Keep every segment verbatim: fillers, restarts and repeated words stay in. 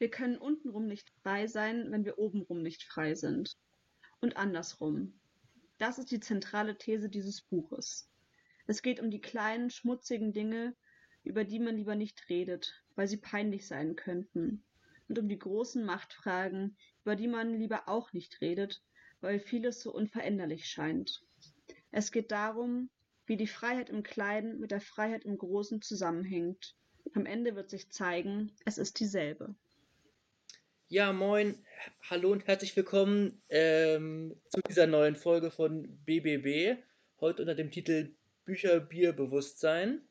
Wir können untenrum nicht frei sein, wenn wir obenrum nicht frei sind. Und andersrum. Das ist die zentrale These dieses Buches. Es geht um die kleinen, schmutzigen Dinge, über die man lieber nicht redet, weil sie peinlich sein könnten. Und um die großen Machtfragen, über die man lieber auch nicht redet, weil vieles so unveränderlich scheint. Es geht darum, wie die Freiheit im Kleinen mit der Freiheit im Großen zusammenhängt. Am Ende wird sich zeigen, es ist dieselbe. Ja, moin, hallo und herzlich willkommen ähm, zu dieser neuen Folge von B B B. Heute unter dem Titel Bücher, Bier, Bewusstsein.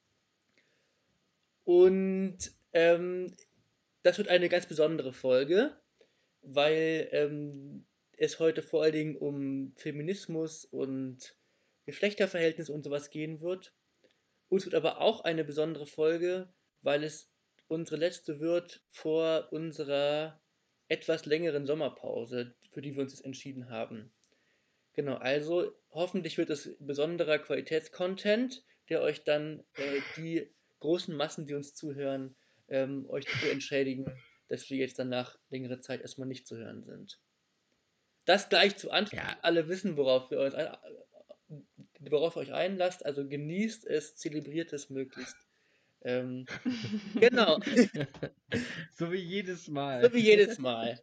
Und ähm, das wird eine ganz besondere Folge, weil ähm, es heute vor allen Dingen um Feminismus und Geschlechterverhältnisse und sowas gehen wird. Uns wird aber auch eine besondere Folge, weil es unsere letzte wird vor unserer etwas längeren Sommerpause, für die wir uns jetzt entschieden haben. Genau, also hoffentlich wird es besonderer Qualitätscontent, der euch dann äh, die großen Massen, die uns zuhören, ähm, euch dafür entschädigen, dass wir jetzt dann nach längerer Zeit erstmal nicht zu hören sind. Das gleich zu Anfang, Ja. alle wissen, worauf wir uns ein, worauf ihr euch einlasst, also genießt es, zelebriert es möglichst. Ähm, genau. So wie jedes Mal. So wie jedes Mal.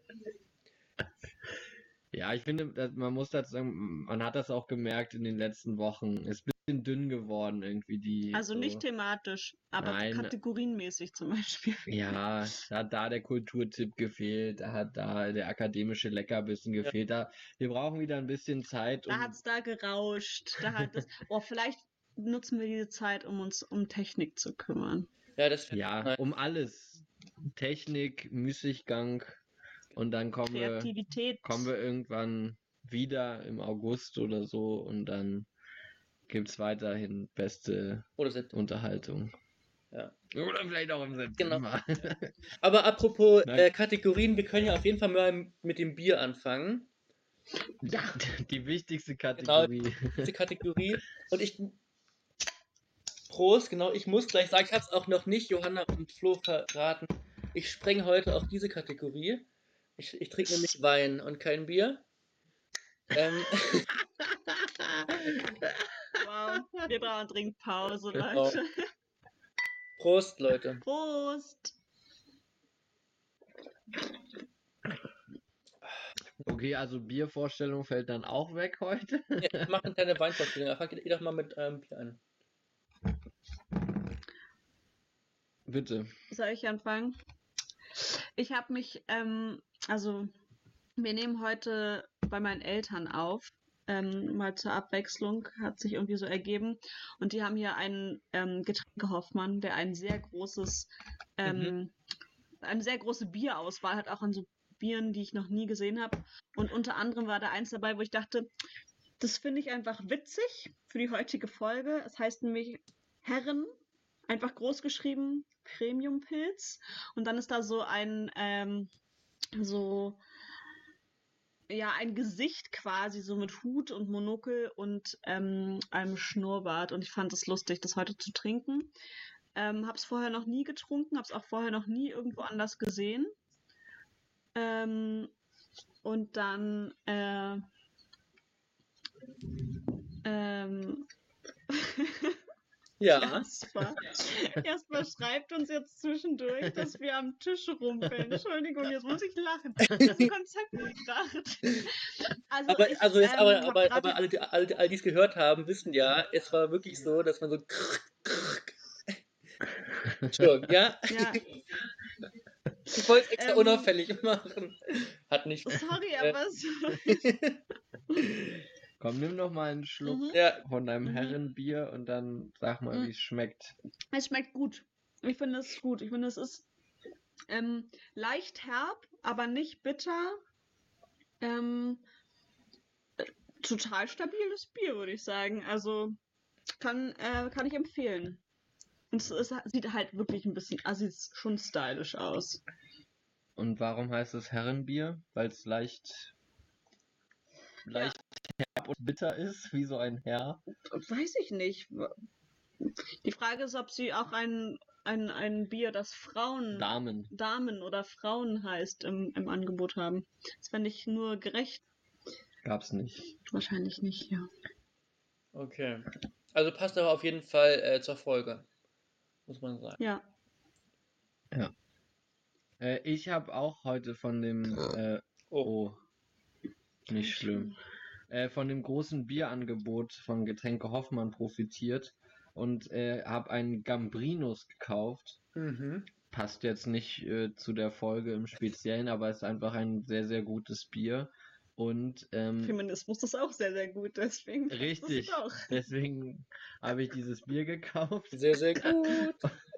Ja, ich finde, dass- man muss dazu sagen, man hat das auch gemerkt in den letzten Wochen. Ist ein bisschen dünn geworden irgendwie die. Also so, nicht thematisch, aber Nein. kategorienmäßig zum Beispiel. Ja, da hat da der Kulturtipp gefehlt, da hat da der akademische Leckerbissen gefehlt. Da, wir brauchen wieder ein bisschen Zeit. Da Um, hat's da gerauscht. Da hat es. Oh, vielleicht nutzen wir diese Zeit, um uns um Technik zu kümmern. Ja, das ja, nice. um alles. Technik, Müßiggang. Und dann kommen wir, Kreativität. kommen wir irgendwann wieder im August oder so und dann gibt es weiterhin beste Oder September. Unterhaltung. Ja. Oder vielleicht auch im September. Genau. Aber apropos Nein. äh, Kategorien, wir können ja auf jeden Fall mal mit dem Bier anfangen. Ja, die wichtigste Genau, Kategorie. die wichtigste Kategorie. Und ich. Prost, genau, ich muss gleich sagen, ich habe es auch noch nicht Johanna und Flo verraten. Ich spreng heute auch diese Kategorie. Ich, ich trinke nämlich Wein und kein Bier. Ähm, Wow, wir brauchen dringend Pause, Genau. Leute. Prost, Leute. Prost! Okay, also Biervorstellung fällt dann auch weg heute. Ja, mach eine kleine Weinvorstellung. Fangt ihr doch mal mit ähm, Bier an. Bitte. Soll ich anfangen? Ich habe mich, ähm, also wir nehmen heute bei meinen Eltern auf, ähm, mal zur Abwechslung, hat sich irgendwie so ergeben. Und die haben hier einen ähm, Getränkehoffmann, der ein sehr großes, ähm, Mhm. eine sehr große Bierauswahl hat, auch an so Bieren, die ich noch nie gesehen habe. Und unter anderem war da eins dabei, wo ich dachte, das finde ich einfach witzig für die heutige Folge. Es heißt nämlich Herren, einfach groß geschrieben, Premium-Pilz. Und dann ist da so ein, ähm, so, ja, ein Gesicht quasi, so mit Hut und Monokel und ähm, einem Schnurrbart. Und ich fand es lustig, das heute zu trinken. Ähm, hab's vorher noch nie getrunken, hab's auch vorher noch nie irgendwo anders gesehen. Ähm, und dann, äh, ähm, Ja. Jasper. Jasper schreibt uns jetzt zwischendurch, dass wir am Tisch rumpeln. Entschuldigung, jetzt muss ich lachen. Das ist ein Konzept gedacht. Also, aber ich, also jetzt ähm, aber, hab aber, grad aber die- alle, die- alle, die- alle, die es gehört haben, wissen ja, es war wirklich so, dass man so. Entschuldigung, ja? Ja, Ich wollte es extra Ähm, unauffällig machen. Hat nicht. sorry, Äh, aber so. Komm, nimm noch mal einen Schluck Mhm. ja, von deinem Mhm. Herrenbier und dann sag mal, Mhm. wie es schmeckt. Es schmeckt gut. Ich finde es gut. Ich finde, es ist ähm, leicht herb, aber nicht bitter. Ähm, äh, total stabiles Bier, würde ich sagen. Also kann, äh, kann ich empfehlen. Und es ist, sieht halt wirklich ein bisschen, also sieht schon stylisch aus. Und warum heißt es Herrenbier? Weil es leicht, leicht herb und bitter ist, wie so ein Herr. Weiß ich nicht. Die Frage ist, ob sie auch ein ein, ein Bier, das Frauen, Damen. Damen oder Frauen heißt, im, im Angebot haben. Das fände ich nur gerecht. Gab's nicht. Wahrscheinlich nicht, ja. Okay. Also passt aber auf jeden Fall äh, zur Folge, muss man sagen. Ja. Ja. Äh, ich habe auch heute von dem, äh, Oh. oh, nicht schlimm, äh, von dem großen Bierangebot von Getränke Hoffmann profitiert und äh, habe einen Gambrinus gekauft. Mhm. Passt jetzt nicht äh, zu der Folge im Speziellen, aber ist einfach ein sehr, sehr gutes Bier. Und ähm, Feminismus ist auch sehr, sehr gut, deswegen passt richtig, das auch. deswegen habe ich dieses Bier gekauft. Sehr, sehr gut.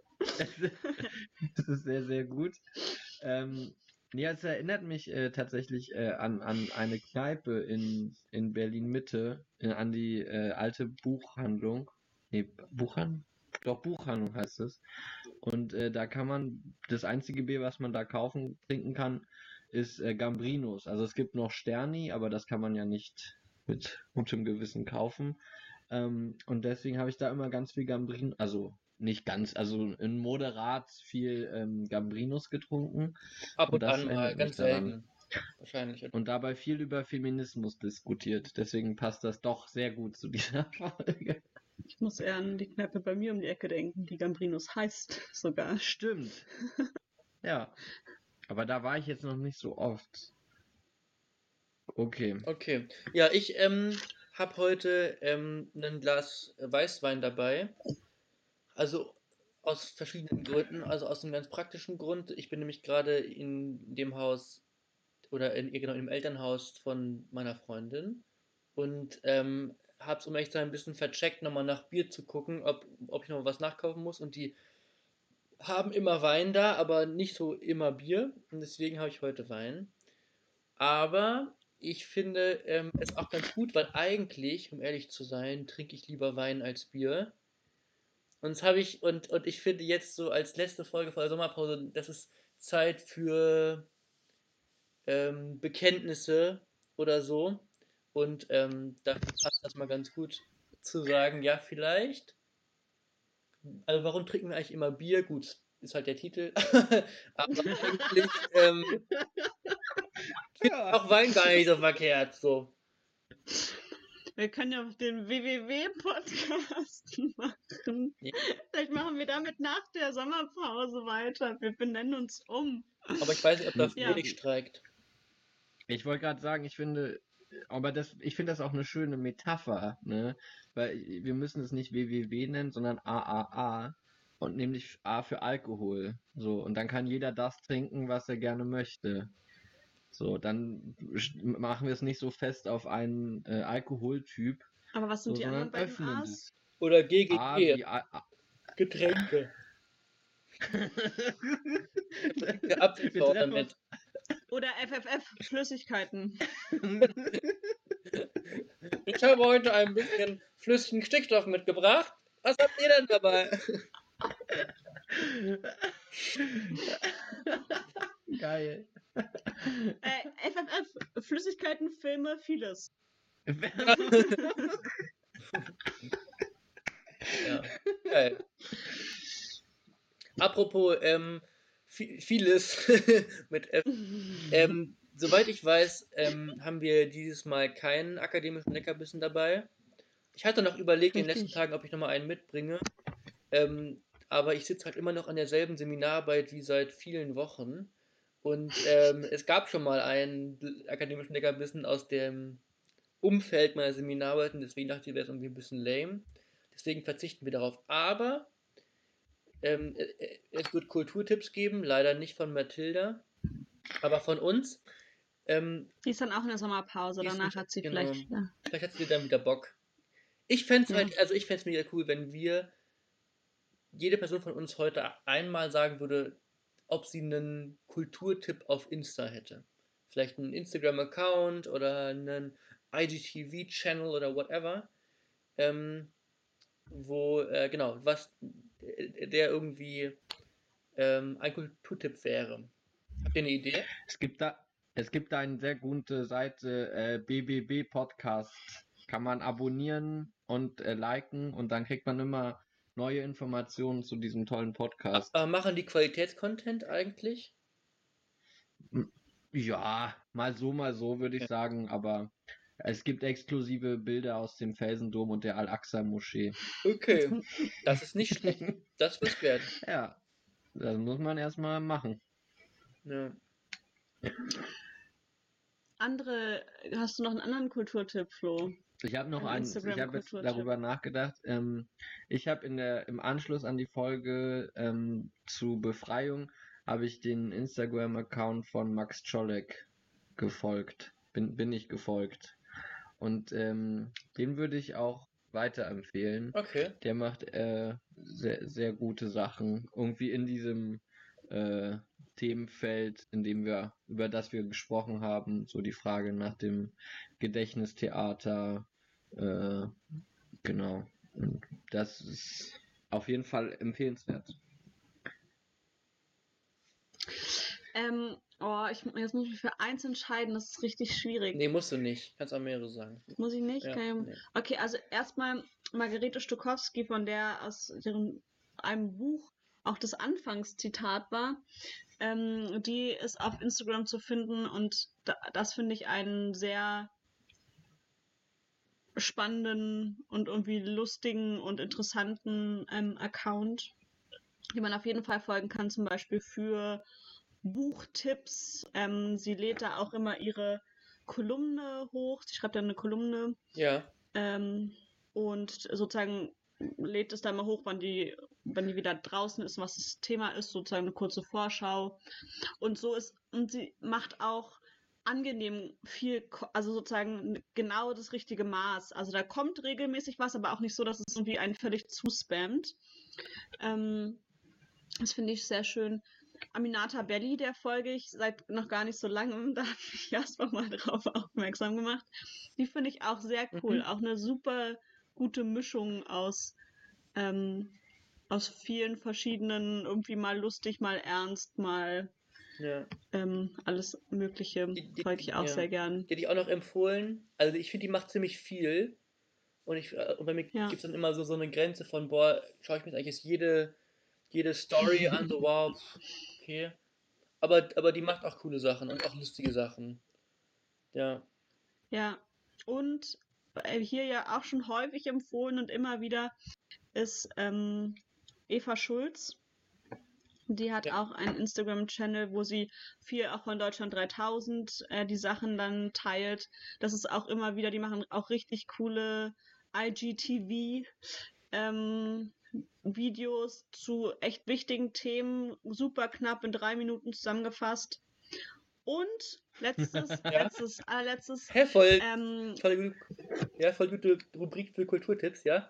Es ist sehr, sehr gut. Ähm, ja, es erinnert mich äh, tatsächlich äh, an, an eine Kneipe in, in Berlin-Mitte, äh, an die äh, alte Buchhandlung. Nee, Buchhandlung? Doch, Buchhandlung heißt es. Und äh, da kann man, das einzige Bier, was man da kaufen, trinken kann, ist äh, Gambrinus. Also es gibt noch Sterni, aber das kann man ja nicht mit gutem Gewissen kaufen. Ähm, und deswegen habe ich da immer ganz viel Gambrinus, also nicht ganz, also in moderat viel ähm, Gambrinus getrunken. Ab Und und das an mal, erinnert mich ganz daran. selten. Wahrscheinlich. Und dabei viel über Feminismus diskutiert. Deswegen passt das doch sehr gut zu dieser Folge. Ich muss eher an die Kneipe bei mir um die Ecke denken, die Gambrinus heißt sogar. Stimmt. Ja. Aber da war ich jetzt noch nicht so oft. Okay. Okay. Ja, ich ähm, habe heute ähm, ein Glas Weißwein dabei. Also aus verschiedenen Gründen. Also aus einem ganz praktischen Grund. Ich bin nämlich gerade in dem Haus oder in, genau, im Elternhaus von meiner Freundin und ähm, habe es, um echt zu sein, ein bisschen vercheckt, nochmal nach Bier zu gucken, ob, ob ich noch was nachkaufen muss. Und die haben immer Wein da, aber nicht so immer Bier. Und deswegen habe ich heute Wein. Aber ich finde ähm, es auch ganz gut, weil eigentlich, um ehrlich zu sein, trinke ich lieber Wein als Bier. Und das habe ich, und, und ich finde jetzt so als letzte Folge vor der Sommerpause, das ist Zeit für ähm, Bekenntnisse oder so. Und ähm, da passt das mal ganz gut zu sagen, ja, vielleicht. Also warum trinken wir eigentlich immer Bier? Gut, ist halt der Titel. Aber eigentlich ähm, finde ich auch Wein gar nicht so verkehrt. So. Wir können ja den W W W-Podcast machen. Ja. Vielleicht machen wir damit nach der Sommerpause weiter. Wir benennen uns um. Aber ich weiß nicht, ob da Ja. Felix streikt. Ich wollte gerade sagen, ich finde, aber das, ich finde das auch eine schöne Metapher, ne? Weil wir müssen es nicht W W W nennen, sondern A A A und nämlich A für Alkohol. So, und dann kann jeder das trinken, was er gerne möchte. So, dann sch- machen wir es nicht so fest auf einen äh, Alkoholtyp, Aber was sind so, die sondern anderen beiden öffnen A's? es. Oder G G A G, wie A. A Getränke. wir treffen Apfelsorte. Oder F F F, Flüssigkeiten. Ich habe heute ein bisschen flüssigen Stickstoff mitgebracht. Was habt ihr denn dabei? Geil. Äh, F F F, Flüssigkeiten, Filme, vieles. Ja, geil. Apropos ähm, vi- vieles mit F. Ähm, soweit ich weiß, ähm, haben wir dieses Mal keinen akademischen Leckerbissen dabei. Ich hatte noch überlegt in den letzten Richtig. Tagen, ob ich nochmal einen mitbringe. Ähm, aber ich sitze halt immer noch an derselben Seminararbeit wie seit vielen Wochen. Und ähm, es gab schon mal einen l- akademischen Leckerbissen aus dem Umfeld meiner Seminararbeiten, deswegen dachte ich, wäre es irgendwie ein bisschen lame. Deswegen verzichten wir darauf. Aber ähm, äh, äh, es wird Kulturtipps geben, leider nicht von Mathilda, aber von uns. Ähm, Die ist dann auch in der Sommerpause, die ist danach nicht, hat sie genau, vielleicht wieder. vielleicht hat sie dann wieder Bock. Ich fände es Ja. halt, also ich fände es mega cool, wenn wir, jede Person von uns heute einmal sagen würde, ob sie einen Kulturtipp auf Insta hätte. Vielleicht einen Instagram-Account oder einen I G T V-Channel oder whatever. Ähm, wo, äh, genau, was äh, der irgendwie ähm, ein Kulturtipp wäre. Habt ihr eine Idee? Es gibt da, es gibt da eine sehr gute Seite, äh, B B B Podcast. Kann man abonnieren und äh, liken und dann kriegt man immer neue Informationen zu diesem tollen Podcast. Aber machen die Qualitätscontent eigentlich? Ja, mal so, mal so, würde ich Ja. sagen, aber es gibt exklusive Bilder aus dem Felsendom und der Al-Aqsa-Moschee. Okay, das ist nicht schlecht. Das wird's wert. Ja, das muss man erstmal machen. Ja. Andere, hast du noch einen anderen Kulturtipp, Flo? Ich habe noch Ein einen, ich habe jetzt Instagram-Kulturtipp. darüber nachgedacht. Ähm, ich habe in der im Anschluss an die Folge ähm, zu Befreiung habe ich den Instagram-Account von Max Czolek gefolgt. Bin, bin ich gefolgt. Und ähm, den würde ich auch weiterempfehlen. Okay. Der macht äh, sehr, sehr gute Sachen. Irgendwie in diesem äh, Themenfeld, in dem wir, über das wir gesprochen haben, so die Frage nach dem Gedächtnistheater, äh, genau. Und das ist auf jeden Fall empfehlenswert. Ähm, oh, ich, jetzt muss ich mich für eins entscheiden, das ist richtig schwierig. Nee, musst du nicht. Kannst auch mehrere sagen. Muss ich nicht? Ja, Kann ich- nee. Okay, also erstmal Margarete Stokowski, von der aus deren, einem Buch auch das Anfangszitat war. Ähm, die ist auf Instagram zu finden und da, das finde ich einen sehr spannenden und irgendwie lustigen und interessanten ähm, Account, die man auf jeden Fall folgen kann, zum Beispiel für Buchtipps. Ähm, sie lädt da auch immer ihre Kolumne hoch. Sie schreibt dann eine Kolumne Ja. ähm, und sozusagen lädt es dann mal hoch, wann die, wenn die wieder draußen ist, was das Thema ist, sozusagen eine kurze Vorschau. Und so ist, und sie macht auch angenehm viel, ko- also sozusagen genau das richtige Maß. Also da kommt regelmäßig was, aber auch nicht so, dass es irgendwie einen völlig zuspammt. Ähm, das finde ich sehr schön. Aminata Belli, der folge ich seit noch gar nicht so langem, da habe ich erstmal mal drauf aufmerksam gemacht. Die finde ich auch sehr cool. Mhm. Auch eine super gute Mischung aus, ähm, aus vielen verschiedenen, irgendwie mal lustig, mal ernst, mal Ja. ähm, alles Mögliche. Die, die, Folge ich auch ja. sehr gern. Die hätte ich auch noch empfohlen. Also ich finde, die macht ziemlich viel. Und, ich, äh, und bei mir Ja. gibt es dann immer so, so eine Grenze von, boah, schaue ich mir jetzt eigentlich jetzt jede, jede Story an, so wow, pff, okay. Aber, aber die macht auch coole Sachen und auch lustige Sachen. Ja. Ja. Und äh, hier ja auch schon häufig empfohlen und immer wieder ist ähm, Eva Schulz. Die hat Ja. auch einen Instagram-Channel, wo sie viel auch von Deutschland dreitausend äh, die Sachen dann teilt. Das ist auch immer wieder, die machen auch richtig coole I G T V ähm, Videos zu echt wichtigen Themen, super knapp in drei Minuten zusammengefasst. Und letztes, Ja. letztes, allerletztes, Hä, voll, ähm, voll, gut, ja, voll gute Rubrik für Kulturtipps, ja?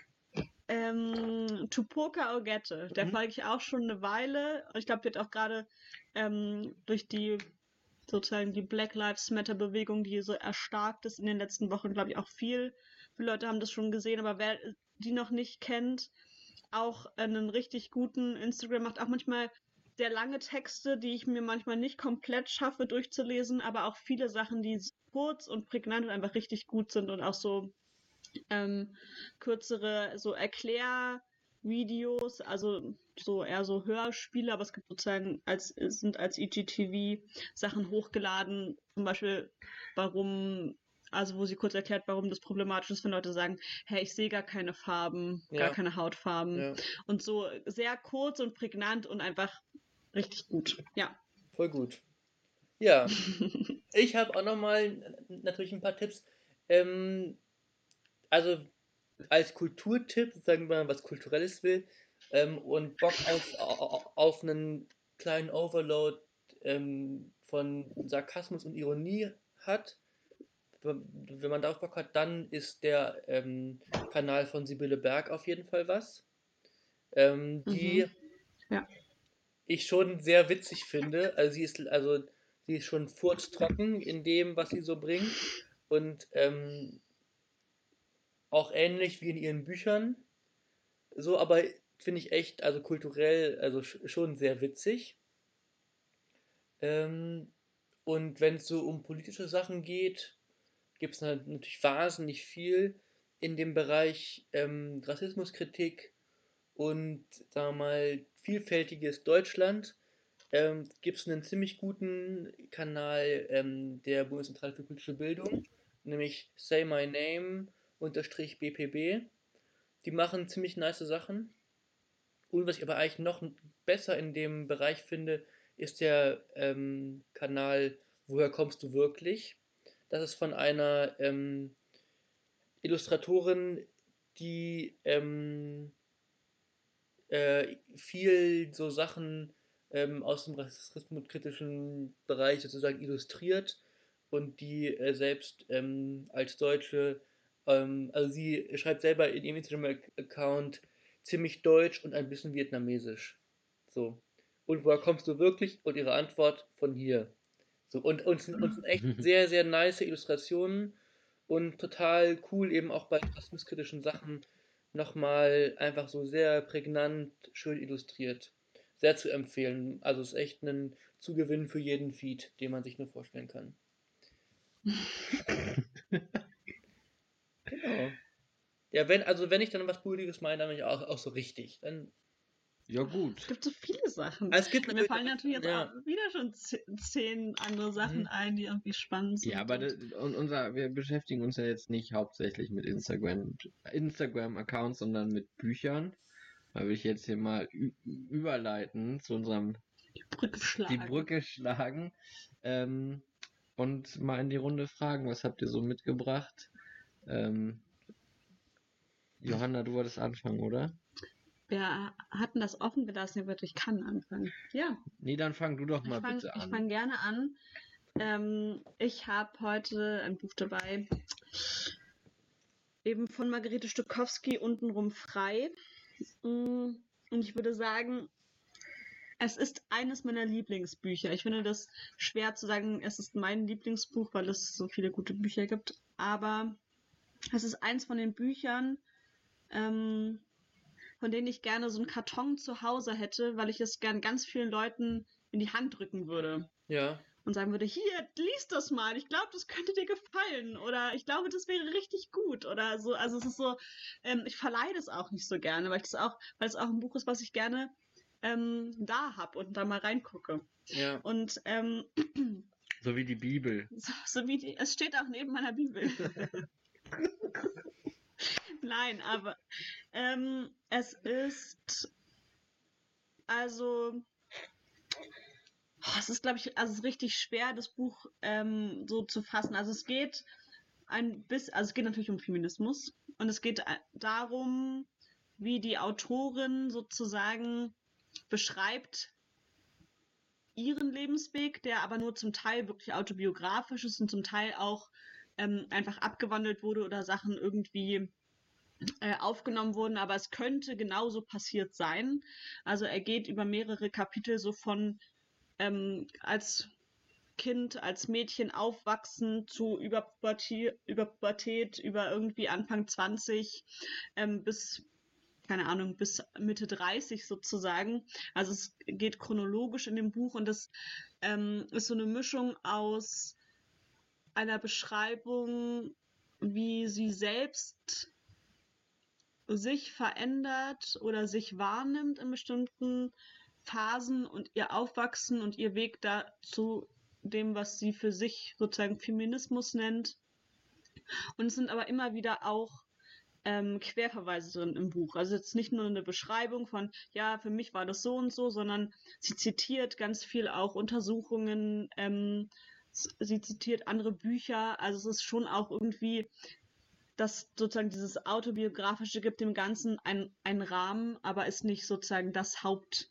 Ähm, Tupoka Ogette, der Mhm. folge ich auch schon eine Weile. Ich glaube, wird auch gerade ähm, durch die sozusagen die Black Lives Matter Bewegung, die so erstarkt ist in den letzten Wochen, glaube ich, auch viel. Viele Leute haben das schon gesehen, aber wer die noch nicht kennt, auch einen richtig guten Instagram macht, auch manchmal sehr lange Texte, die ich mir manchmal nicht komplett schaffe durchzulesen, aber auch viele Sachen, die kurz und prägnant und einfach richtig gut sind und auch so ähm, kürzere so Erklärvideos, also so eher so Hörspiele, aber es gibt sozusagen als sind als I G T V Sachen hochgeladen, zum Beispiel warum, also wo sie kurz erklärt, warum das problematisch ist, wenn Leute sagen, hey, ich sehe gar keine Farben, Ja. gar keine Hautfarben Ja, und so sehr kurz und prägnant und einfach richtig gut. Ja. voll gut. Ja, ich habe auch nochmal natürlich ein paar Tipps. Ähm, also als Kulturtipp, sagen wir mal, was Kulturelles will ähm, und Bock auf, au- auf einen kleinen Overload ähm, von Sarkasmus und Ironie hat, wenn wenn man darauf Bock hat, dann ist der ähm, Kanal von Sibylle Berg auf jeden Fall was, ähm, die Mhm. Ja. ich schon sehr witzig finde. Also sie ist, also sie ist schon furztrocken in dem, was sie so bringt und ähm, auch ähnlich wie in ihren Büchern. So, aber finde ich echt, also kulturell, also sch- schon sehr witzig. Ähm, und wenn es so um politische Sachen geht, gibt es natürlich wahnsinnig viel in dem Bereich ähm, Rassismuskritik und, sagen wir mal, vielfältiges Deutschland ähm, gibt es einen ziemlich guten Kanal ähm, der Bundeszentrale für politische Bildung, nämlich Say My Name unterstrich B P B. Die machen ziemlich nice Sachen. Und was ich aber eigentlich noch besser in dem Bereich finde, ist der ähm, Kanal Woher kommst du wirklich? Das ist von einer ähm, Illustratorin, die ähm, äh, viel so Sachen ähm, aus dem rassismuskritischen Bereich sozusagen illustriert und die äh, selbst ähm, als Deutsche, ähm, also sie schreibt selber in ihrem Instagram-Account ziemlich deutsch und ein bisschen vietnamesisch. So. Und woher kommst du wirklich? Und ihre Antwort von hier. So, und, und, und sind echt sehr, sehr nice Illustrationen und total cool eben auch bei rassismuskritischen Sachen nochmal einfach so sehr prägnant, schön illustriert. Sehr zu empfehlen. Also ist echt ein Zugewinn für jeden Feed, den man sich nur vorstellen kann. Genau. Ja, wenn, also wenn ich dann was Positives meine, dann bin ich auch, auch so richtig. Dann, Ja, Es gut. gibt so viele Sachen. also es gibt Mir natürlich fallen noch- natürlich jetzt ja. auch wieder schon ze- zehn andere Sachen Mhm. ein, die irgendwie spannend sind. Ja, aber und- das, und unser, wir beschäftigen uns ja jetzt nicht hauptsächlich mit Instagram, Instagram-Accounts, sondern mit Büchern. Da will ich jetzt hier mal ü- überleiten zu unserem die Brücke die schlagen. Brücke schlagen ähm, und mal in die Runde fragen, was habt ihr so mitgebracht? Ähm, Johanna, du wolltest anfangen, oder? Wir hatten das offen gelassen, ja, bitte, ich kann anfangen. Ja, Nee, dann fang du doch ich mal fange bitte an. fang gerne an. Ähm, ich habe heute ein Buch dabei, eben von Margarete Stokowski, Untenrum frei. Mm, Und ich würde sagen, es ist eines meiner Lieblingsbücher. Ich finde das schwer zu sagen, es ist mein Lieblingsbuch, weil es so viele gute Bücher gibt. Aber es ist eins von den Büchern, ähm, von denen ich gerne so einen Karton zu Hause hätte, weil ich es gern ganz vielen Leuten in die Hand drücken würde. Ja. Und sagen würde, hier, lies das mal, ich glaube, das könnte dir gefallen. Oder ich glaube, das wäre richtig gut. Oder so, also es ist so, ähm, ich verleihe das auch nicht so gerne, weil ich das auch, weil es auch ein Buch ist, was ich gerne ähm, da habe und da mal reingucke. Ja. Und ähm, So wie die Bibel. so, so wie die, es steht auch neben meiner Bibel. Nein, aber ähm, es ist also oh, es ist, glaube ich, also es ist richtig schwer, das Buch ähm, so zu fassen. Also es geht ein bisschen, also es geht natürlich um Feminismus und es geht äh, darum, wie die Autorin sozusagen beschreibt ihren Lebensweg, der aber nur zum Teil wirklich autobiografisch ist und zum Teil auch ähm, einfach abgewandelt wurde oder Sachen irgendwie äh, aufgenommen wurden, aber es könnte genauso passiert sein. Also er geht über mehrere Kapitel so von ähm, als Kind, als Mädchen aufwachsen zu über Pubertät, über, Pubertät, über irgendwie Anfang zwanzig ähm, bis, keine Ahnung, bis Mitte dreißig sozusagen. Also es geht chronologisch in dem Buch und das ähm, ist so eine Mischung aus einer Beschreibung, wie sie selbst sich verändert oder sich wahrnimmt in bestimmten Phasen und ihr Aufwachsen und ihr Weg dazu dem, was sie für sich sozusagen Feminismus nennt. Und es sind aber immer wieder auch ähm, Querverweise drin im Buch. Also jetzt nicht nur eine Beschreibung von, ja, für mich war das so und so, sondern sie zitiert ganz viel auch Untersuchungen, ähm, sie zitiert andere Bücher. Also es ist schon auch irgendwie, dass sozusagen dieses Autobiografische gibt dem Ganzen einen, einen Rahmen, aber ist nicht sozusagen das Hauptding.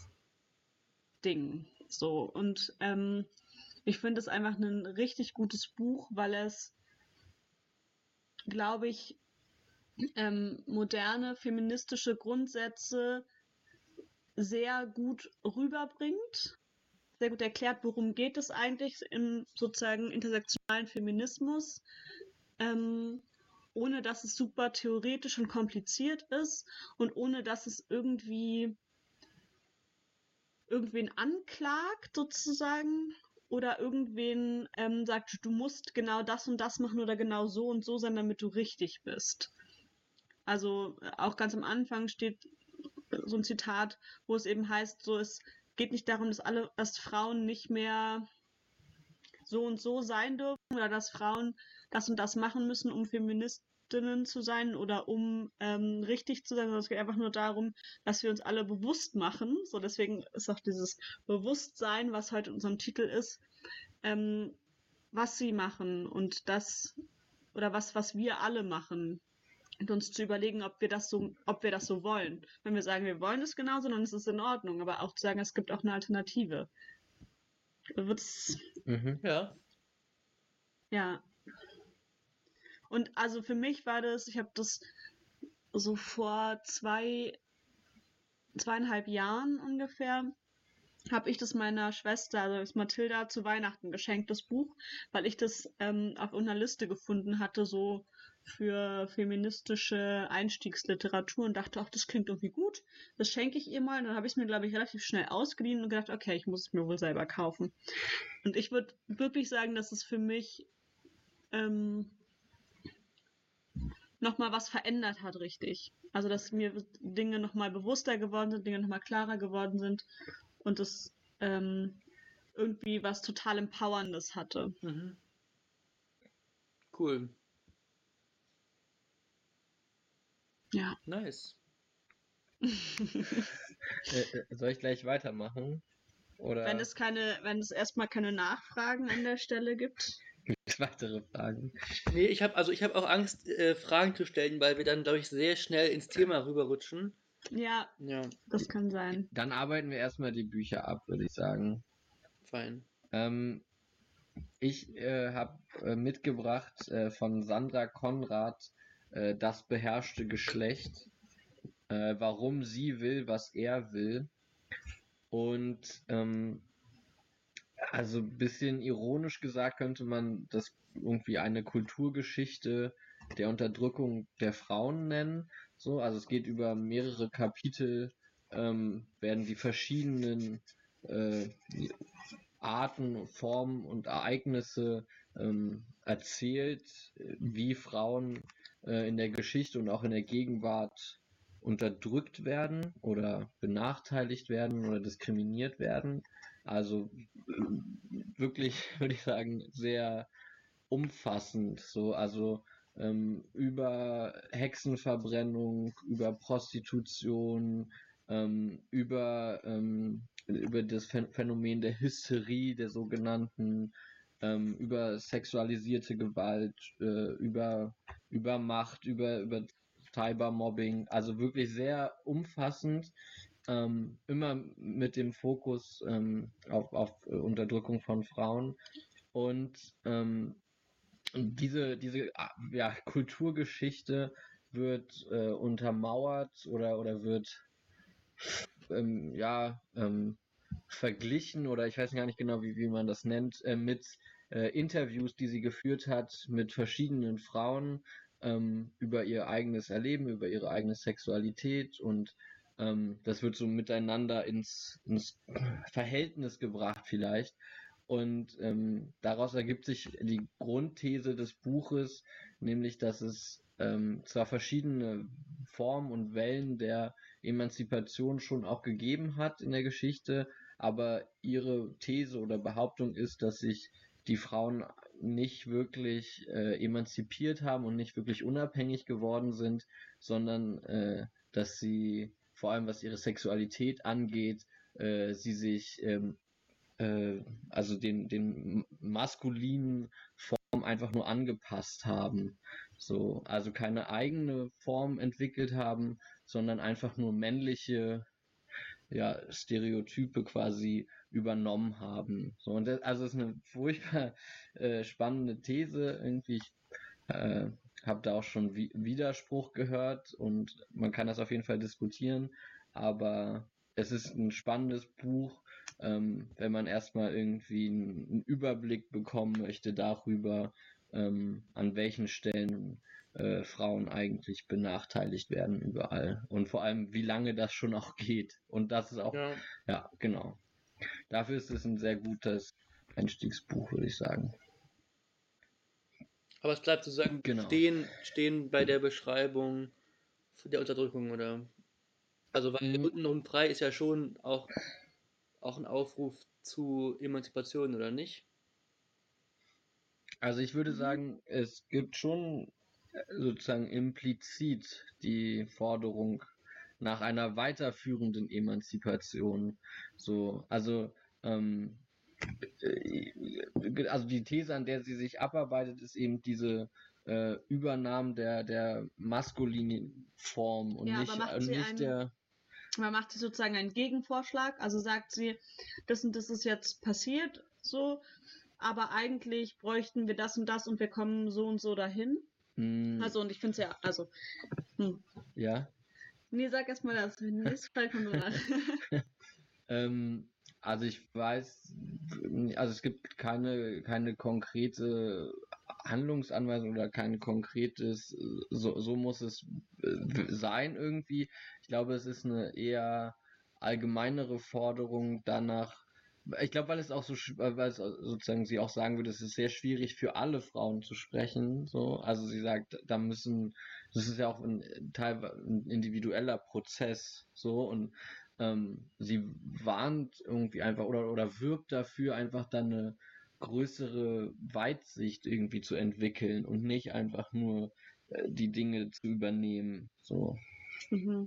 So. Und ähm, ich finde es einfach ein richtig gutes Buch, weil es, glaube ich, ähm, moderne feministische Grundsätze sehr gut rüberbringt, sehr gut erklärt, worum geht es eigentlich im sozusagen intersektionalen Feminismus, ähm, ohne dass es super theoretisch und kompliziert ist und ohne dass es irgendwie irgendwen anklagt sozusagen oder irgendwen ähm, sagt, du musst genau das und das machen oder genau so und so sein, damit du richtig bist. Also äh, auch ganz am Anfang steht so ein Zitat, wo es eben heißt, so es geht nicht darum, dass alle, dass Frauen nicht mehr so und so sein dürfen oder dass Frauen das und das machen müssen, um Feministinnen zu sein oder um ähm, richtig zu sein, sondern es geht einfach nur darum, dass wir uns alle bewusst machen. So deswegen ist auch dieses Bewusstsein, was heute in unserem Titel ist, ähm, was sie machen und das oder was, was wir alle machen. Und uns zu überlegen, ob wir das so, ob wir das so wollen. Wenn wir sagen, wir wollen es genauso, dann ist es in Ordnung, aber auch zu sagen, es gibt auch eine Alternative. Wird's, Mhm. Ja. ja. Und also für mich war das, ich habe das so vor zwei, zweieinhalb Jahren ungefähr, habe ich das meiner Schwester, also das Mathilda, zu Weihnachten geschenkt, das Buch, weil ich das ähm, auf einer Liste gefunden hatte, so für feministische Einstiegsliteratur und dachte, ach, das klingt irgendwie gut, das schenke ich ihr mal. Und dann habe ich es mir, glaube ich, relativ schnell ausgeliehen und gedacht, okay, ich muss es mir wohl selber kaufen. Und ich würde wirklich sagen, dass es für mich ähm, nochmal was verändert hat, richtig. Also, dass mir Dinge nochmal bewusster geworden sind, Dinge nochmal klarer geworden sind und es ähm, irgendwie was total Empowerndes hatte. Mhm. Cool. Ja. Nice. Äh, äh, soll ich gleich weitermachen? Oder Wenn es keine, wenn es erstmal keine Nachfragen an der Stelle gibt. gibt's weitere Fragen? Nee, ich habe also ich habe auch Angst, äh, Fragen zu stellen, weil wir dann, glaube ich, sehr schnell ins Thema rüberrutschen. Ja, Ja, das kann sein. Dann arbeiten wir erstmal die Bücher ab, würde ich sagen. fein. Ähm, ich äh, habe äh, mitgebracht äh, von Sandra Konrad äh, Das beherrschte Geschlecht. Äh, warum sie will, was er will. Und ähm, also ein bisschen ironisch gesagt könnte man das irgendwie eine Kulturgeschichte der Unterdrückung der Frauen nennen. So, also es geht über mehrere Kapitel, ähm, werden die verschiedenen äh, Arten, Formen und Ereignisse ähm, erzählt, wie Frauen äh, in der Geschichte und auch in der Gegenwart unterdrückt werden oder benachteiligt werden oder diskriminiert werden. Also äh, wirklich, würde ich sagen, sehr umfassend. So, also ähm, über Hexenverbrennung, über Prostitution, ähm, über, ähm, über das Phänomen der Hysterie, der sogenannten, ähm, über sexualisierte Gewalt, äh, über, über Macht, über, über Cybermobbing, also wirklich sehr umfassend, ähm, immer mit dem Fokus ähm, auf, auf äh, Unterdrückung von Frauen. Und ähm, diese, diese ja, Kulturgeschichte wird äh, untermauert oder, oder wird ähm, ja, ähm, verglichen oder ich weiß gar nicht genau, wie, wie man das nennt, äh, mit äh, Interviews, die sie geführt hat mit verschiedenen Frauen ähm, über ihr eigenes Erleben, über ihre eigene Sexualität und ähm, das wird so miteinander ins, ins Verhältnis gebracht vielleicht. Und ähm, daraus ergibt sich die Grundthese des Buches, nämlich dass es ähm, zwar verschiedene Formen und Wellen der Emanzipation schon auch gegeben hat in der Geschichte, aber ihre These oder Behauptung ist, dass sich die Frauen nicht wirklich äh, emanzipiert haben und nicht wirklich unabhängig geworden sind, sondern äh, dass sie, vor allem was ihre Sexualität angeht, äh, sie sich ähm, äh, also den, den maskulinen Formen einfach nur angepasst haben. So, also keine eigene Form entwickelt haben, sondern einfach nur männliche ja, Stereotype quasi übernommen haben. So, und das, also es ist eine furchtbar äh, spannende These. Irgendwie, ich äh, habe da auch schon Wi Widerspruch gehört und man kann das auf jeden Fall diskutieren, aber es ist ein spannendes Buch, ähm, wenn man erstmal irgendwie einen, einen Überblick bekommen möchte darüber, ähm, an welchen Stellen äh, Frauen eigentlich benachteiligt werden überall und vor allem, wie lange das schon auch geht. Und das ist auch, Ja. ja, genau. Dafür ist es ein sehr gutes Einstiegsbuch, würde ich sagen. Aber es bleibt sozusagen Genau. stehen, stehen bei der Beschreibung der Unterdrückung, oder? Also, weil Mhm. untenrum frei ist ja schon auch, auch ein Aufruf zu Emanzipation, oder nicht? Also ich würde Mhm. sagen, es gibt schon äh, sozusagen implizit die Forderung nach einer weiterführenden Emanzipation. So, also ähm, äh, also die These, an der sie sich abarbeitet, ist eben diese äh, Übernahme der der maskulinen Form und Ja, aber nicht macht und sie nicht einen, der aber macht sie sozusagen einen Gegenvorschlag? Also sagt sie, das und das ist jetzt passiert, so, aber eigentlich bräuchten wir das und das und wir kommen so und so dahin. mh, Also, und ich finde es ja, also, hm. ja. Nee, sag erst mal das. Die nächste Frage kommt danach. Ähm, also ich weiß, also es gibt keine, keine konkrete Handlungsanweisung oder kein konkretes, so, so muss es äh, sein irgendwie. Ich glaube, es ist eine eher allgemeinere Forderung danach. Ich glaube, weil es auch so, sch- weil es sozusagen sie auch sagen würde, es ist sehr schwierig für alle Frauen zu sprechen. So, also sie sagt, da müssen, das ist ja auch ein Teil, ein individueller Prozess. So und ähm, sie warnt irgendwie einfach oder, oder wirbt dafür, einfach dann eine größere Weitsicht irgendwie zu entwickeln und nicht einfach nur äh, die Dinge zu übernehmen. So. Mhm.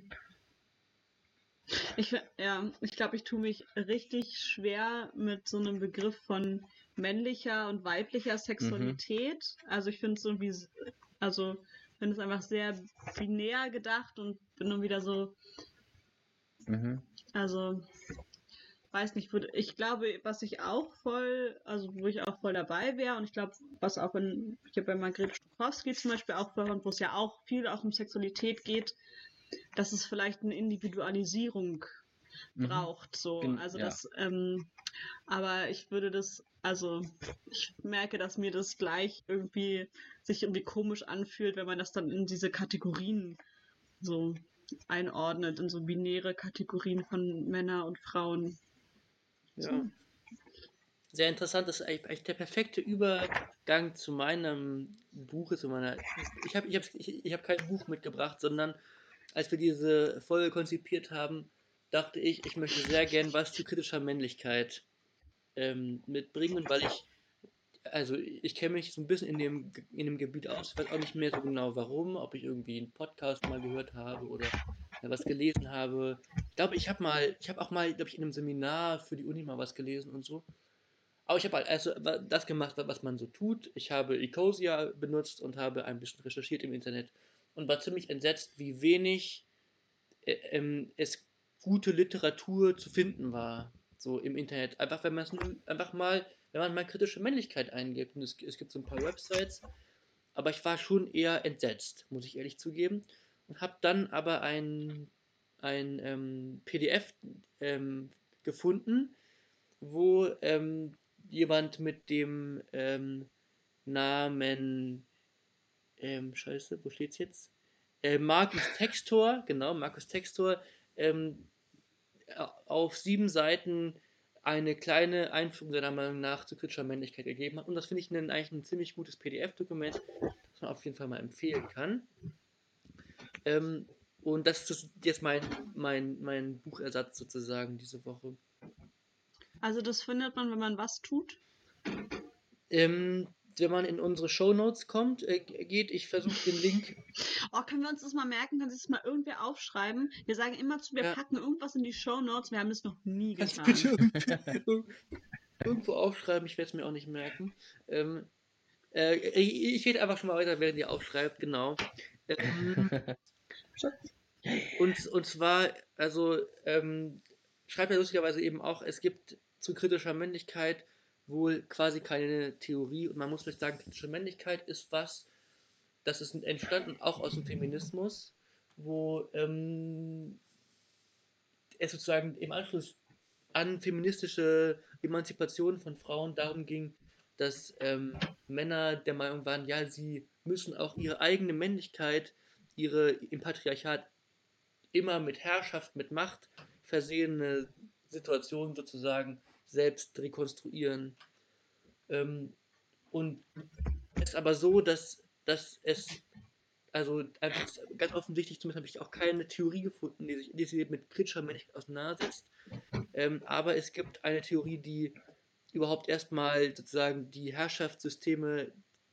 Ich, ja, ich glaube, ich tue mich richtig schwer mit so einem Begriff von männlicher und weiblicher Mhm. Sexualität. Also ich finde es irgendwie, s- also finde es einfach sehr binär gedacht und bin dann wieder so, Mhm. also weiß nicht, würde, ich glaube, was ich auch voll, also wo ich auch voll dabei wäre und ich glaube, was auch in, hier bei Margrethe Stokowski zum Beispiel auch vorkommt, wo es ja auch viel auch um Sexualität geht, dass es vielleicht eine Individualisierung Mhm. braucht, so, Gen also ja. das, ähm, aber ich würde das, also ich merke, dass mir das gleich irgendwie sich irgendwie komisch anfühlt, wenn man das dann in diese Kategorien so einordnet, in so binäre Kategorien von Männer und Frauen. Ja. So. Sehr interessant, das ist eigentlich, eigentlich der perfekte Übergang zu meinem Buch, zu meiner. Ich habe ich hab, ich, ich hab kein Buch mitgebracht, sondern als wir diese Folge konzipiert haben, dachte ich, ich möchte sehr gern was zu kritischer Männlichkeit ähm, mitbringen, weil ich, also ich kenne mich so ein bisschen in dem, in dem Gebiet aus, ich weiß auch nicht mehr so genau warum, ob ich irgendwie einen Podcast mal gehört habe oder ja, was gelesen habe. Ich glaube, ich habe mal, ich habe auch mal, glaube ich, in einem Seminar für die Uni mal was gelesen und so. Aber ich habe halt also das gemacht, was man so tut. Ich habe Ecosia benutzt und habe ein bisschen recherchiert im Internet und war ziemlich entsetzt, wie wenig äh, ähm, es gute Literatur zu finden war, so im Internet. Einfach, wenn man es einfach mal, wenn man mal kritische Männlichkeit eingibt. Und es, es gibt so ein paar Websites, aber ich war schon eher entsetzt, muss ich ehrlich zugeben. Und habe dann aber ein, ein ähm, P D F ähm, gefunden, wo ähm, jemand mit dem ähm, Namen, ähm, scheiße, wo steht's jetzt? Äh, Markus Textor, genau, Markus Textor, ähm, auf sieben Seiten eine kleine Einführung seiner Meinung nach zu kritischer Männlichkeit gegeben hat. Und das finde ich ein, eigentlich ein ziemlich gutes P D F-Dokument, das man auf jeden Fall mal empfehlen kann. Ähm, und das ist jetzt mein, mein, mein Buchersatz sozusagen diese Woche. Also das findet man, wenn man was tut. Ähm, wenn man in unsere Shownotes kommt, äh, geht, ich versuche den Link. Oh, können wir uns das mal merken? Kann sich das mal irgendwer aufschreiben? Wir sagen immer zu, wir Ja, packen irgendwas in die Shownotes. Wir haben das noch nie kannst du getan. bitte irgendwo, irgendwo aufschreiben, ich werde es mir auch nicht merken. Ähm, äh, ich, ich rede einfach schon mal weiter, während ihr aufschreibt, genau. Ähm, und, und zwar, also, ähm, schreibt er lustigerweise eben auch, es gibt zu kritischer Männlichkeit wohl quasi keine Theorie und man muss vielleicht sagen, kritische Männlichkeit ist was, das ist entstanden auch aus dem Feminismus, wo ähm, es sozusagen im Anschluss an feministische Emanzipation von Frauen darum ging, dass ähm, Männer der Meinung waren, ja, sie müssen auch ihre eigene Männlichkeit, ihre im Patriarchat immer mit Herrschaft, mit Macht versehene Situation sozusagen selbst rekonstruieren. Ähm, und es ist aber so, dass, dass es also einfach ganz offensichtlich, zumindest habe ich auch keine Theorie gefunden, die sich, die sich mit kritischer Männlichkeit auseinandersetzt. Ähm, aber es gibt eine Theorie, die überhaupt erstmal sozusagen die Herrschaftssysteme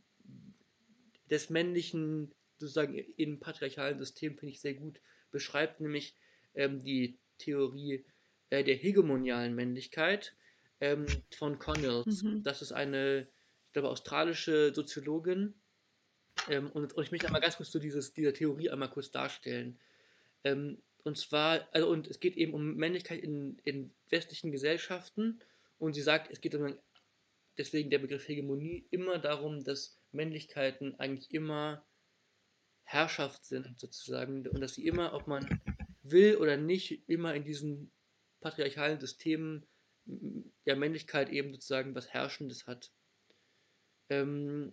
des männlichen, sozusagen im patriarchalen System, finde ich sehr gut beschreibt, nämlich ähm, die Theorie äh, der hegemonialen Männlichkeit ähm, von Connells. Mhm. Das ist eine, ich glaube, australische Soziologin. Ähm, und, und ich möchte einmal ganz kurz so dieses, dieser Theorie einmal kurz darstellen. Ähm, und zwar, also und es geht eben um Männlichkeit in, in westlichen Gesellschaften und sie sagt, es geht um, deswegen der Begriff Hegemonie, immer darum, dass Männlichkeiten eigentlich immer Herrschaft sind, sozusagen, und dass sie immer, ob man will oder nicht, immer in diesen patriarchalen Systemen der Männlichkeit eben sozusagen was Herrschendes hat. Ähm,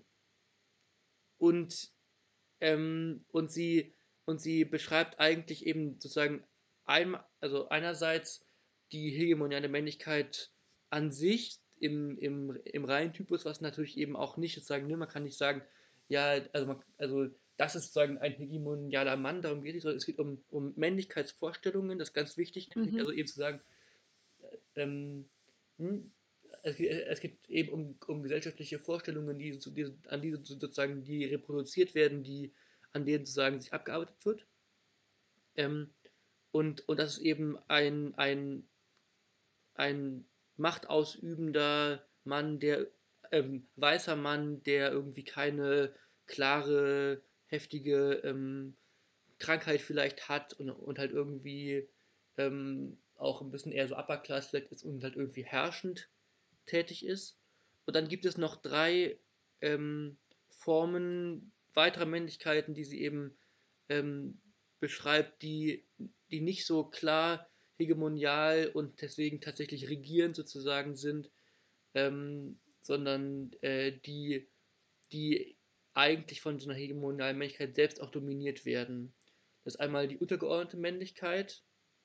und, ähm, und, sie, und sie beschreibt eigentlich eben sozusagen ein, also einerseits die hegemoniale Männlichkeit an sich im, im, im reinen Typus, was natürlich eben auch nicht sozusagen, ne, man kann nicht sagen, ja, also, man, also das ist sozusagen ein hegemonialer Mann, darum geht es, sondern es geht um, um Männlichkeitsvorstellungen, das ist ganz wichtig, nämlich Mhm. also eben zu sagen, ähm, hm, es, geht, es geht eben um, um gesellschaftliche Vorstellungen, die, die, an die sozusagen die reproduziert werden, die, an denen sozusagen sich abgearbeitet wird. Ähm, und, und das ist eben ein, ein, ein machtausübender Mann, der ähm, weißer Mann, der irgendwie keine klare, heftige ähm, Krankheit vielleicht hat und, und halt irgendwie ähm, auch ein bisschen eher so Upper Class vielleicht ist und halt irgendwie herrschend tätig ist. Und dann gibt es noch drei ähm, Formen weiterer Männlichkeiten, die sie eben ähm, beschreibt, die, die nicht so klar hegemonial und deswegen tatsächlich regierend sozusagen sind, ähm, sondern äh, die, die eigentlich von so einer hegemonialen Männlichkeit selbst auch dominiert werden. Das ist einmal die untergeordnete Männlichkeit,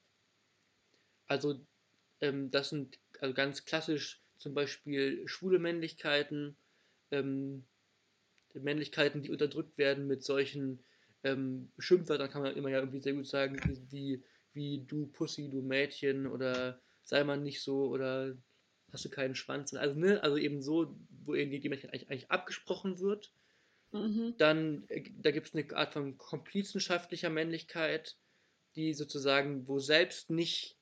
also ähm, das sind also ganz klassisch zum Beispiel schwule Männlichkeiten, ähm, Männlichkeiten, die unterdrückt werden mit solchen ähm, Schimpfwörtern, kann man immer ja irgendwie sehr gut sagen, wie, wie du Pussy, du Mädchen oder sei mal nicht so oder hast du keinen Schwanz. Also, ne, also eben so, wo eben die Männlichkeit eigentlich, eigentlich abgesprochen wird. Mhm. Dann, äh, da gibt es eine Art von komplizenschaftlicher Männlichkeit, die sozusagen, wo selbst nicht,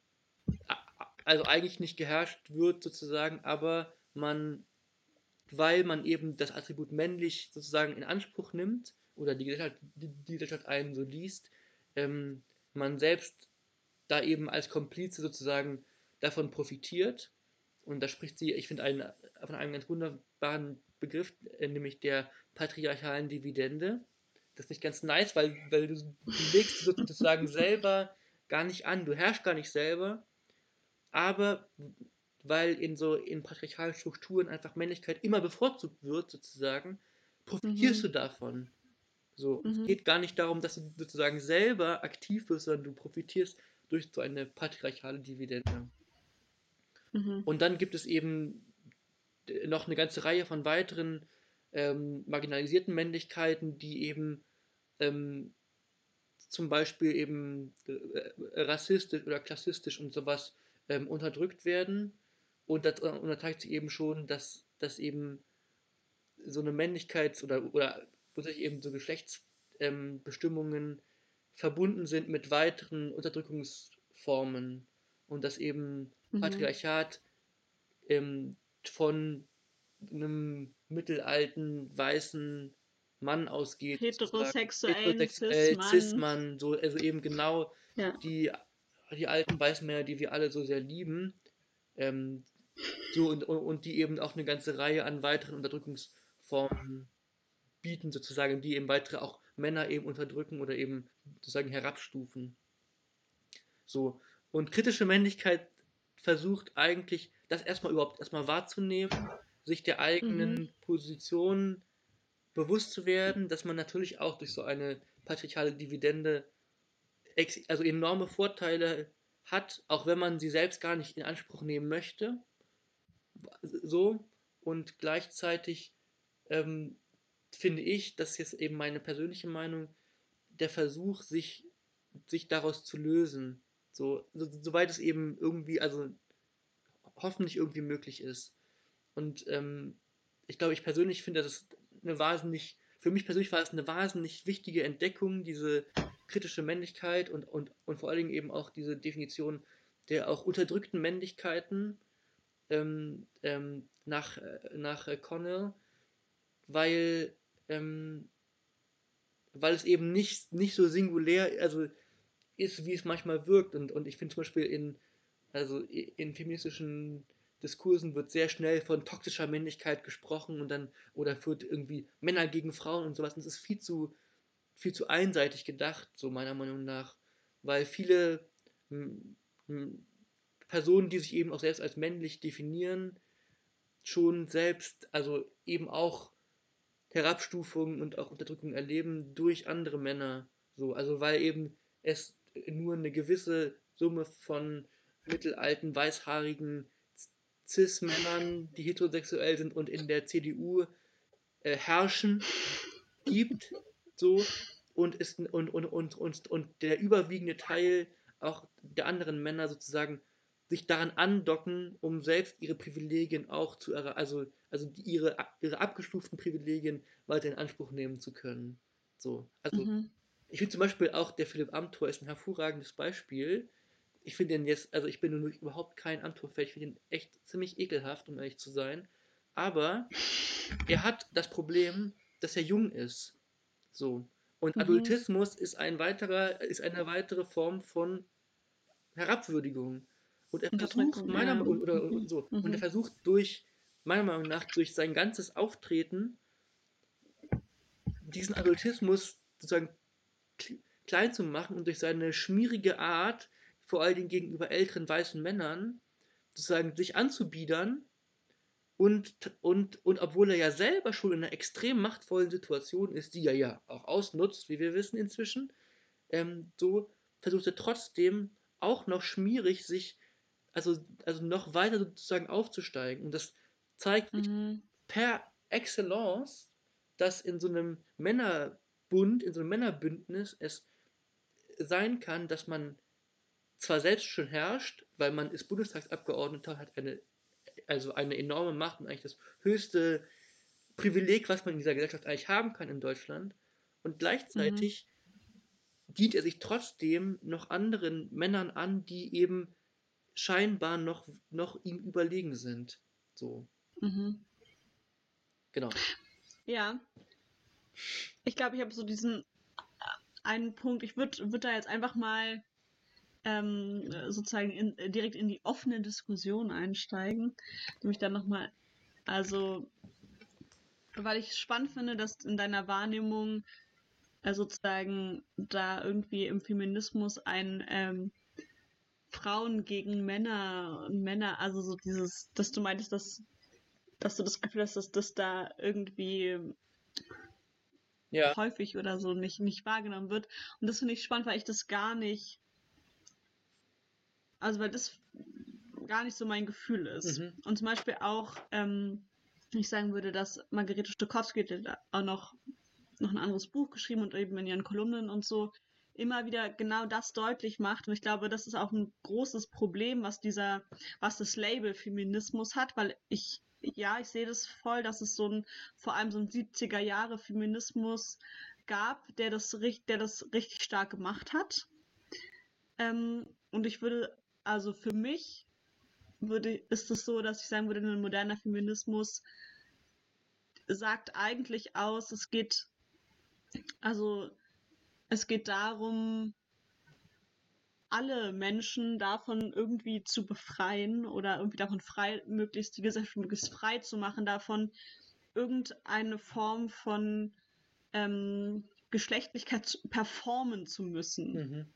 also eigentlich nicht geherrscht wird sozusagen, aber man, weil man eben das Attribut männlich sozusagen in Anspruch nimmt oder die Gesellschaft, die, die Gesellschaft einen so liest, ähm, man selbst da eben als Komplize sozusagen davon profitiert. Und da spricht sie, ich finde, einen, von einem ganz wunderbaren Begriff, äh, nämlich der patriarchalen Dividende. Das ist nicht ganz nice, weil, weil du, du legst sozusagen selber gar nicht an, du herrschst gar nicht selber, aber weil in so in patriarchalen Strukturen einfach Männlichkeit immer bevorzugt wird, sozusagen, profitierst Mhm. du davon. So, es Mhm. geht gar nicht darum, dass du sozusagen selber aktiv wirst, sondern du profitierst durch so eine patriarchale Dividende. Mhm. Und dann gibt es eben noch eine ganze Reihe von weiteren ähm, marginalisierten Männlichkeiten, die eben ähm, zum Beispiel eben äh, rassistisch oder klassistisch und sowas ähm, unterdrückt werden. Und, das, und da zeigt sich eben schon, dass, dass eben so eine Männlichkeits- oder, oder sich eben so Geschlechtsbestimmungen ähm, verbunden sind mit weiteren Unterdrückungsformen und dass eben Mhm. Patriarchat ähm, von einem mittelalten weißen Mann ausgeht, sozusagen Heterosexuellen heterosexuell, Cis-Mann. Cis-Mann, so, also eben genau Ja. die, die alten weißen Männer, die wir alle so sehr lieben, ähm, so und, und die eben auch eine ganze Reihe an weiteren Unterdrückungsformen bieten, sozusagen, die eben weitere auch Männer eben unterdrücken oder eben sozusagen herabstufen. So. Und kritische Männlichkeit versucht eigentlich, das erstmal überhaupt erstmal wahrzunehmen, sich der Mhm. eigenen Position bewusst zu werden, dass man natürlich auch durch so eine patriarchale Dividende also enorme Vorteile hat, auch wenn man sie selbst gar nicht in Anspruch nehmen möchte. So und gleichzeitig ähm, finde ich, das ist jetzt eben meine persönliche Meinung, der Versuch, sich, sich daraus zu lösen. So, so, soweit es eben irgendwie, also hoffentlich irgendwie möglich ist. Und ähm, ich glaube, ich persönlich finde das eine wahnsinnig, für mich persönlich war es eine wahnsinnig wichtige Entdeckung, diese kritische Männlichkeit und, und, und vor allen Dingen eben auch diese Definition der auch unterdrückten Männlichkeiten ähm, ähm, nach, äh, nach äh, Connell, weil, ähm, weil es eben nicht, nicht so singulär also ist, wie es manchmal wirkt. Und, und ich finde zum Beispiel in, also in feministischen Diskursen wird sehr schnell von toxischer Männlichkeit gesprochen und dann, oder wird irgendwie Männer gegen Frauen und sowas. Und das ist viel zu, viel zu einseitig gedacht, so meiner Meinung nach. Weil viele m, m, Personen, die sich eben auch selbst als männlich definieren, schon selbst, also eben auch Herabstufung und auch Unterdrückung erleben durch andere Männer. So, also weil eben es nur eine gewisse Summe von mittelalten, weißhaarigen Cis-Männern, die heterosexuell sind und in der C D U äh, herrschen, gibt. So, und, ist, und, und, und, und, und der überwiegende Teil auch der anderen Männer sozusagen sich daran andocken, um selbst ihre Privilegien auch zu erreichen, also, also die, ihre, ihre abgestuften Privilegien weiter in Anspruch nehmen zu können. So, also Mhm. ich finde zum Beispiel auch, der Philipp Amthor ist ein hervorragendes Beispiel. Ich finde ihn jetzt, also ich bin nun wirklich überhaupt kein Amthor-Fan, ich finde ihn echt ziemlich ekelhaft, um ehrlich zu sein. Aber er hat das Problem, dass er jung ist. So. Und Mhm. Adultismus ist ein weiterer, ist eine weitere Form von Herabwürdigung. Und er versucht, Unterdrückung, meiner ja. oder, oder Mhm. so, und er Mhm. versucht durch, meiner Meinung nach, durch sein ganzes Auftreten diesen Adultismus sozusagen klein zu machen und durch seine schmierige Art, vor allen Dingen gegenüber älteren weißen Männern, sozusagen sich anzubiedern und, und, und obwohl er ja selber schon in einer extrem machtvollen Situation ist, die er ja auch ausnutzt, wie wir wissen inzwischen, ähm, so versucht er trotzdem auch noch schmierig sich, also, also noch weiter sozusagen aufzusteigen. Und das zeigt sich Mhm. per Excellence, dass in so einem Männerbund, in so einem Männerbündnis es sein kann, dass man zwar selbst schon herrscht, weil man ist Bundestagsabgeordneter, hat eine, also eine enorme Macht und eigentlich das höchste Privileg, was man in dieser Gesellschaft eigentlich haben kann in Deutschland. Und Mhm. gleichzeitig dient er sich trotzdem noch anderen Männern an, die eben scheinbar noch, noch ihm überlegen sind. So, Mhm. genau. Ja, ich glaube, ich habe so diesen einen Punkt. Ich würde würd da jetzt einfach mal ähm, sozusagen in, direkt in die offene Diskussion einsteigen, nämlich dann nochmal, also, weil ich es spannend finde, dass in deiner Wahrnehmung äh, sozusagen da irgendwie im Feminismus ein ähm, Frauen gegen Männer und Männer, also so dieses, dass du meintest, dass, dass du das Gefühl hast, dass das da irgendwie Ja. häufig oder so nicht, nicht wahrgenommen wird. Und das finde ich spannend, weil ich das gar nicht, also weil das gar nicht so mein Gefühl ist. Mhm. Und zum Beispiel auch, ähm, ich sagen würde, dass Margarete Stokowski, die hat auch noch, noch ein anderes Buch geschrieben und eben in ihren Kolumnen und so, immer wieder genau das deutlich macht. Und ich glaube, das ist auch ein großes Problem, was dieser, was das Label Feminismus hat, weil ich, ja, ich sehe das voll, dass es so ein, vor allem so ein siebziger Jahre Feminismus gab, der das, der das richtig stark gemacht hat. Ähm, und ich würde, also für mich würde, ist es so, dass ich sagen würde, ein moderner Feminismus sagt eigentlich aus, es geht, also es geht darum, alle Menschen davon irgendwie zu befreien oder irgendwie davon frei, möglichst die Gesellschaft möglichst frei zu machen, davon irgendeine Form von ähm, Geschlechtlichkeit performen zu müssen. Mhm.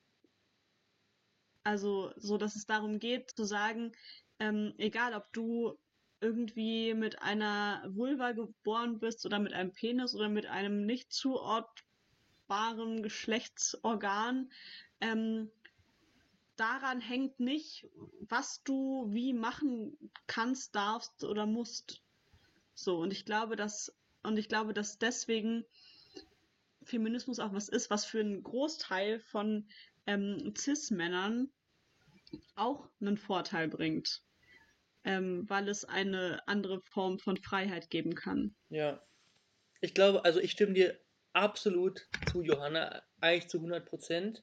Also so, dass es darum geht zu sagen, ähm, egal ob du irgendwie mit einer Vulva geboren bist oder mit einem Penis oder mit einem nicht zuordbaren Geschlechtsorgan, ähm, daran hängt nicht, was du wie machen kannst, darfst oder musst. So, und ich glaube, dass und ich glaube, dass deswegen Feminismus auch was ist, was für einen Großteil von ähm, Cis-Männern auch einen Vorteil bringt, ähm, weil es eine andere Form von Freiheit geben kann. Ja. Ich glaube, also ich stimme dir absolut zu, Johanna, eigentlich zu hundert Prozent.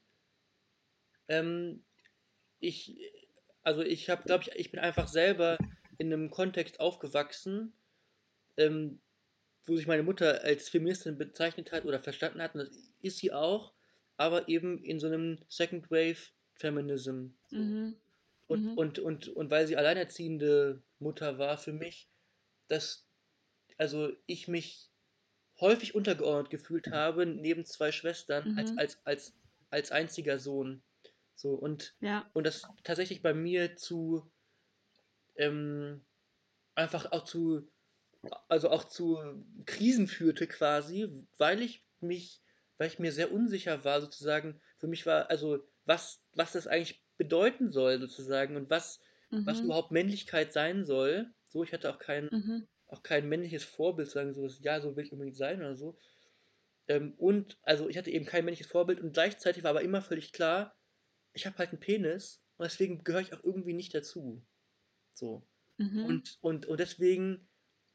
Ähm, ich, also ich habe, glaube ich, ich bin einfach selber in einem Kontext aufgewachsen, ähm, wo sich meine Mutter als Feministin bezeichnet hat oder verstanden hat, und das ist sie auch, aber eben in so einem Second Wave Feminism. So. Mhm. Und, Mhm. und, und, und weil sie alleinerziehende Mutter war für mich, dass also ich mich häufig untergeordnet gefühlt habe, neben zwei Schwestern, als, Mhm. als, als, als einziger Sohn. So, und, Ja. und das tatsächlich bei mir zu ähm, einfach auch zu, also auch zu Krisen führte quasi, weil ich mich, weil ich mir sehr unsicher war, sozusagen, für mich war, also was, was das eigentlich bedeuten soll, sozusagen, und was, was Mhm. überhaupt Männlichkeit sein soll. So, ich hatte auch kein, Mhm. auch kein männliches Vorbild, sagen so, ja, so will ich unbedingt sein oder so. Ähm, und, also ich hatte eben kein männliches Vorbild und gleichzeitig war aber immer völlig klar, ich habe halt einen Penis und deswegen gehöre ich auch irgendwie nicht dazu. So. Mhm. Und, und, und deswegen,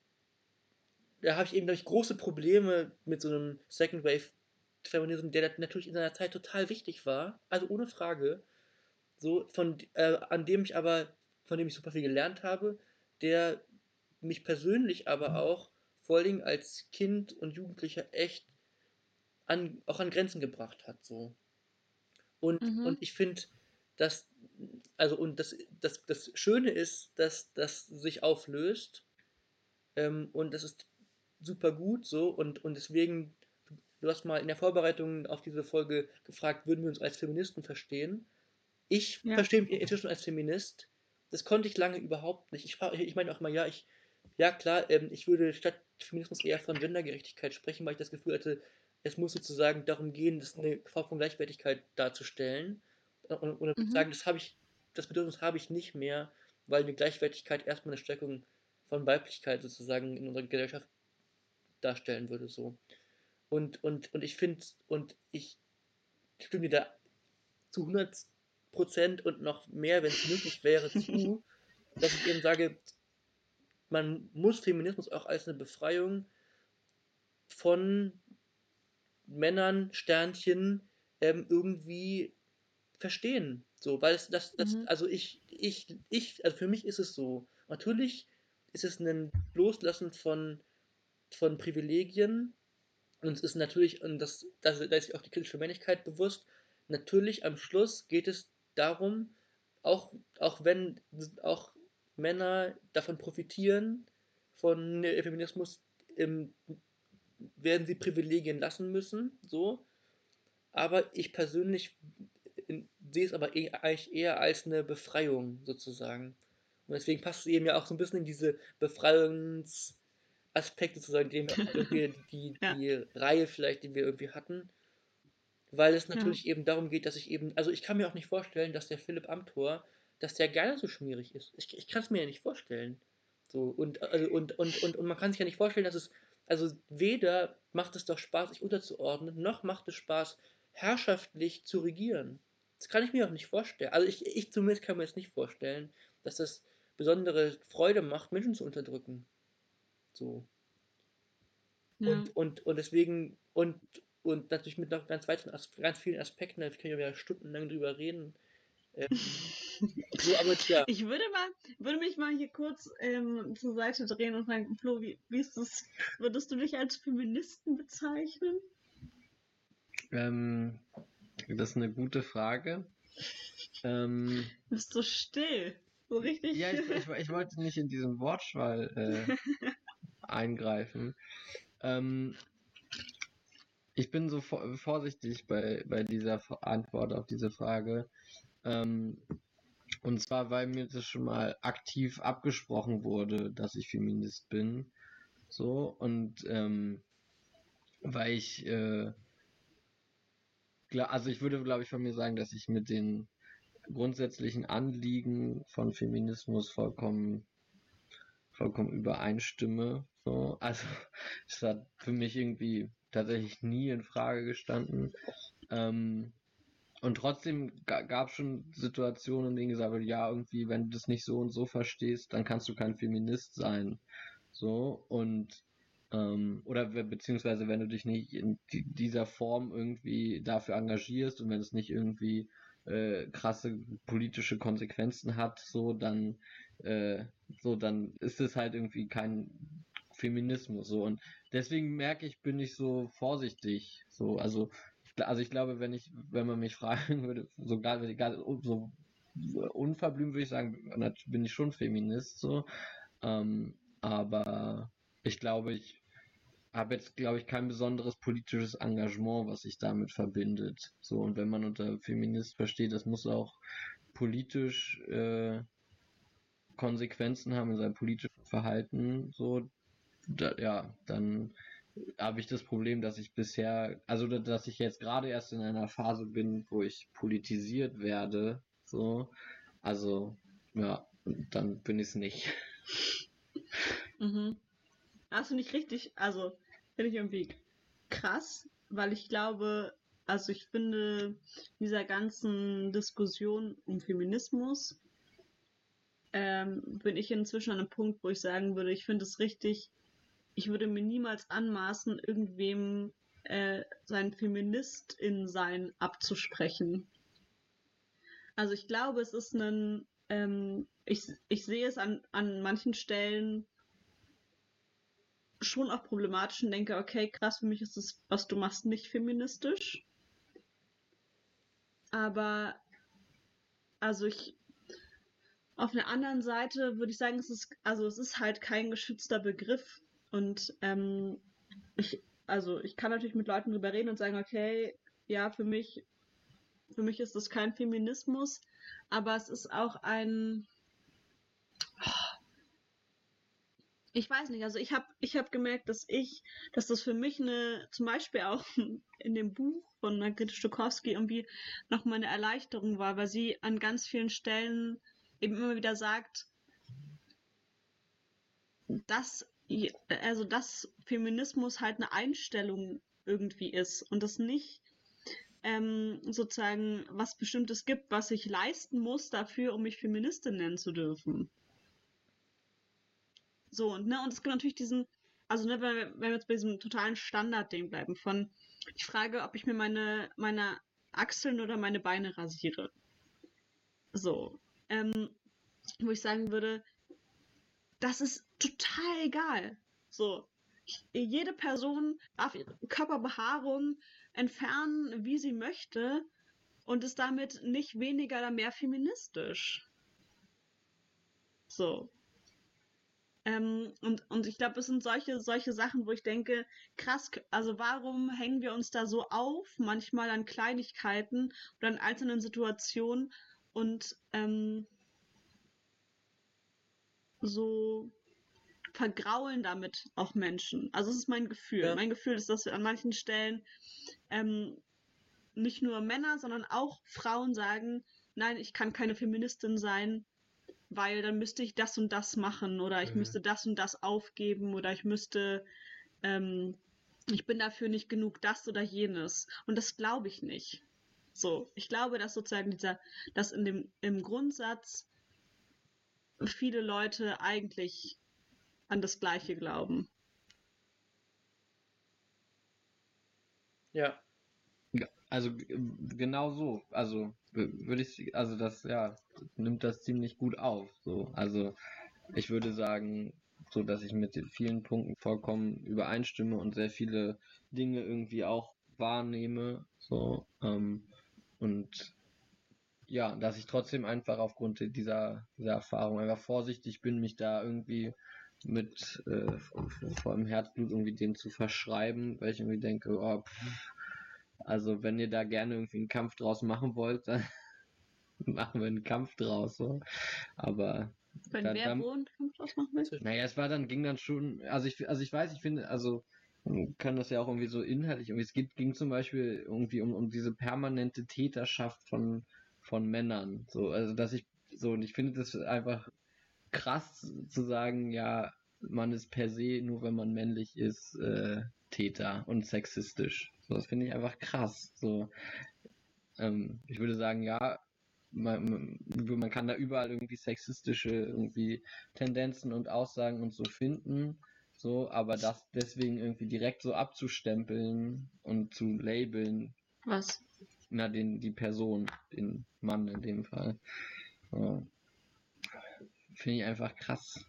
da habe ich eben, glaube ich, große Probleme mit so einem Second Wave Feminism, der natürlich in seiner Zeit total wichtig war, also ohne Frage, so, von, äh, an dem ich aber, von dem ich super viel gelernt habe, der mich persönlich aber auch vor allen Dingen als Kind und Jugendlicher echt an, auch an Grenzen gebracht hat, so. Und, Mhm. und ich finde, dass, also, und das, das, das Schöne ist, dass das sich auflöst, ähm, und das ist super gut so, und, und deswegen, du hast mal in der Vorbereitung auf diese Folge gefragt, würden wir uns als Feministen verstehen? Ich Ja. verstehe mich inzwischen als Feminist. Das konnte ich lange überhaupt nicht. Ich, fra- ich meine auch mal, ja, ich, ja klar, ähm, ich würde statt Feminismus eher von Gendergerechtigkeit sprechen, weil ich das Gefühl hatte, es muss sozusagen darum gehen, das eine Form von Gleichwertigkeit darzustellen. Und, und dann würde ich Mhm. sagen, das habe ich, das Bedürfnis habe ich nicht mehr, weil eine Gleichwertigkeit erstmal eine Stärkung von Weiblichkeit sozusagen in unserer Gesellschaft darstellen würde. So. Und, und, und ich finde, und ich stimme dir da zu hundert Prozent und noch mehr, wenn es möglich wäre, zu, dass ich eben sage, man muss Feminismus auch als eine Befreiung von Männern, Sternchen, ähm, irgendwie verstehen. So, weil es das, das, Mhm. also ich, ich, ich, also für mich ist es so. Natürlich ist es ein Loslassen von, von Privilegien, und es ist natürlich, und das, das, da ist sich auch die kritische Männlichkeit bewusst, natürlich am Schluss geht es darum, auch, auch wenn auch Männer davon profitieren, von äh, Feminismus, ähm, werden sie Privilegien lassen müssen, so. Aber ich persönlich in, sehe es aber eh, eigentlich eher als eine Befreiung sozusagen. Und deswegen passt es eben ja auch so ein bisschen in diese Befreiungs- Aspekte sozusagen, die wir irgendwie die, Ja. die Reihe vielleicht, die wir irgendwie hatten, weil es Ja. natürlich eben darum geht, dass ich eben, also ich kann mir auch nicht vorstellen, dass der Philipp Amthor, dass der gerne so schmierig ist. Ich, ich kann es mir ja nicht vorstellen. So, und, also, und, und, und, und man kann sich ja nicht vorstellen, dass es, also weder macht es doch Spaß, sich unterzuordnen, noch macht es Spaß, herrschaftlich zu regieren. Das kann ich mir auch nicht vorstellen. Also ich, ich zumindest kann mir jetzt nicht vorstellen, dass das besondere Freude macht, Menschen zu unterdrücken. So. Ja. Und, und, und deswegen, und, und natürlich mit noch ganz weiteren, As ganz vielen Aspekten, da kann ich ja stundenlang drüber reden. Ähm, so, aber ja, Ich würde mal, würde mich mal hier kurz ähm, zur Seite drehen und fragen, Flo, wie, wie ist das? Würdest du dich als Feministen bezeichnen? Ähm, das ist eine gute Frage. Ähm, Du bist so still. So richtig. ja, ich, ich, ich wollte nicht in diesen Wortschwall äh, eingreifen. Ähm, ich bin so vor, vorsichtig bei, bei dieser Antwort auf diese Frage. Ähm, und zwar, weil mir das schon mal aktiv abgesprochen wurde, dass ich Feminist bin. So, und ähm, weil ich, äh, also ich würde, glaube ich, von mir sagen, dass ich mit den grundsätzlichen Anliegen von Feminismus vollkommen vollkommen übereinstimme. So. Also es hat für mich irgendwie tatsächlich nie in Frage gestanden. Ähm, und trotzdem ga, gab es schon Situationen, in denen gesagt wurde, ja, irgendwie, wenn du das nicht so und so verstehst, dann kannst du kein Feminist sein. So, und ähm, oder we- beziehungsweise wenn du dich nicht in die, dieser Form irgendwie dafür engagierst und wenn es nicht irgendwie äh, krasse politische Konsequenzen hat, so dann äh, so dann ist es halt irgendwie kein Feminismus so und deswegen merke ich, bin ich so vorsichtig, so also ich, gl- also ich glaube, wenn ich wenn man mich fragen würde, sogar egal so unverblümt würde ich sagen, nat- bin ich schon Feminist so, ähm, aber ich glaube, ich habe jetzt, glaube ich, kein besonderes politisches Engagement, was sich damit verbindet. So, und wenn man unter Feminist versteht, das muss auch politisch äh, Konsequenzen haben in seinem politischen Verhalten, so, da, ja, dann habe ich das Problem, dass ich bisher, also da- dass ich jetzt gerade erst in einer Phase bin, wo ich politisiert werde, so, also, ja, dann bin ich es nicht. Mhm. Das finde ich richtig, also finde ich irgendwie krass, weil ich glaube, also ich finde, in dieser ganzen Diskussion um Feminismus ähm, bin ich inzwischen an einem Punkt, wo ich sagen würde, ich finde es richtig, ich würde mir niemals anmaßen, irgendwem äh, sein Feministin-Sein abzusprechen. Also ich glaube, es ist ein, ähm, ich, ich sehe es an, an manchen Stellen schon auch problematisch und denke, okay, krass, für mich ist das, was du machst, nicht feministisch. Aber, also ich, auf der anderen Seite würde ich sagen, es ist, also es ist halt kein geschützter Begriff. Und ähm, ich, also ich kann natürlich mit Leuten drüber reden und sagen, okay, ja, für mich, für mich ist das kein Feminismus, aber es ist auch ein, ich weiß nicht, also ich habe ich hab gemerkt, dass ich, dass das für mich eine, zum Beispiel auch in dem Buch von Margrethe Stokowski irgendwie nochmal eine Erleichterung war, weil sie an ganz vielen Stellen eben immer wieder sagt, dass, also dass Feminismus halt eine Einstellung irgendwie ist und das nicht ähm, sozusagen was Bestimmtes gibt, was ich leisten muss dafür, um mich Feministin nennen zu dürfen. So, und, ne, und es gibt natürlich diesen, also, ne, wenn, wir- wenn wir jetzt bei diesem totalen Standardding bleiben, von, ich frage, ob ich mir meine, meine Achseln oder meine Beine rasiere. So, ähm, wo ich sagen würde, das ist total egal. So, jede Person darf ihre Körperbehaarung entfernen, wie sie möchte, und ist damit nicht weniger oder mehr feministisch. So. Ähm, und, und ich glaube, es sind solche, solche Sachen, wo ich denke, krass, also warum hängen wir uns da so auf, manchmal an Kleinigkeiten oder an einzelnen Situationen und ähm, so vergraulen damit auch Menschen. Also es ist mein Gefühl. Ja. Mein Gefühl ist, dass wir an manchen Stellen ähm, nicht nur Männer, sondern auch Frauen sagen, nein, ich kann keine Feministin sein, weil dann müsste ich das und das machen oder ich Mhm. müsste das und das aufgeben oder ich müsste, ähm, ich bin dafür nicht genug das oder jenes. Und das glaube ich nicht. So, ich glaube, dass sozusagen dieser, dass in dem, im Grundsatz viele Leute eigentlich an das Gleiche glauben. Ja. Ja, also g- genau so. Also w- würde ich, also das ja nimmt das ziemlich gut auf. So, also ich würde sagen, so dass ich mit den vielen Punkten vollkommen übereinstimme und sehr viele Dinge irgendwie auch wahrnehme. So ähm, und ja, dass ich trotzdem einfach aufgrund dieser dieser Erfahrung einfach vorsichtig bin, mich da irgendwie mit äh, vor dem Herzblut irgendwie dem zu verschreiben, weil ich irgendwie denke, oh, pff, also wenn ihr da gerne irgendwie einen Kampf draus machen wollt, dann machen wir einen Kampf draus. So. Aber Wenn da, wer da, wo einen Kampf draus machen will? naja, es war dann, ging dann schon, also ich, also ich weiß, ich finde, also man kann das ja auch irgendwie so inhaltlich, irgendwie, es geht, ging zum Beispiel irgendwie um, um diese permanente Täterschaft von, von Männern. So, also dass ich, so, und ich finde das einfach krass zu sagen, ja, man ist per se, nur wenn man männlich ist, äh, Täter und sexistisch. So, das finde ich einfach krass. So, ähm, ich würde sagen, ja, man, man kann da überall irgendwie sexistische irgendwie Tendenzen und Aussagen und so finden, so, aber das deswegen irgendwie direkt so abzustempeln und zu labeln, Was? na, den, die Person, den Mann in dem Fall, so, finde ich einfach krass.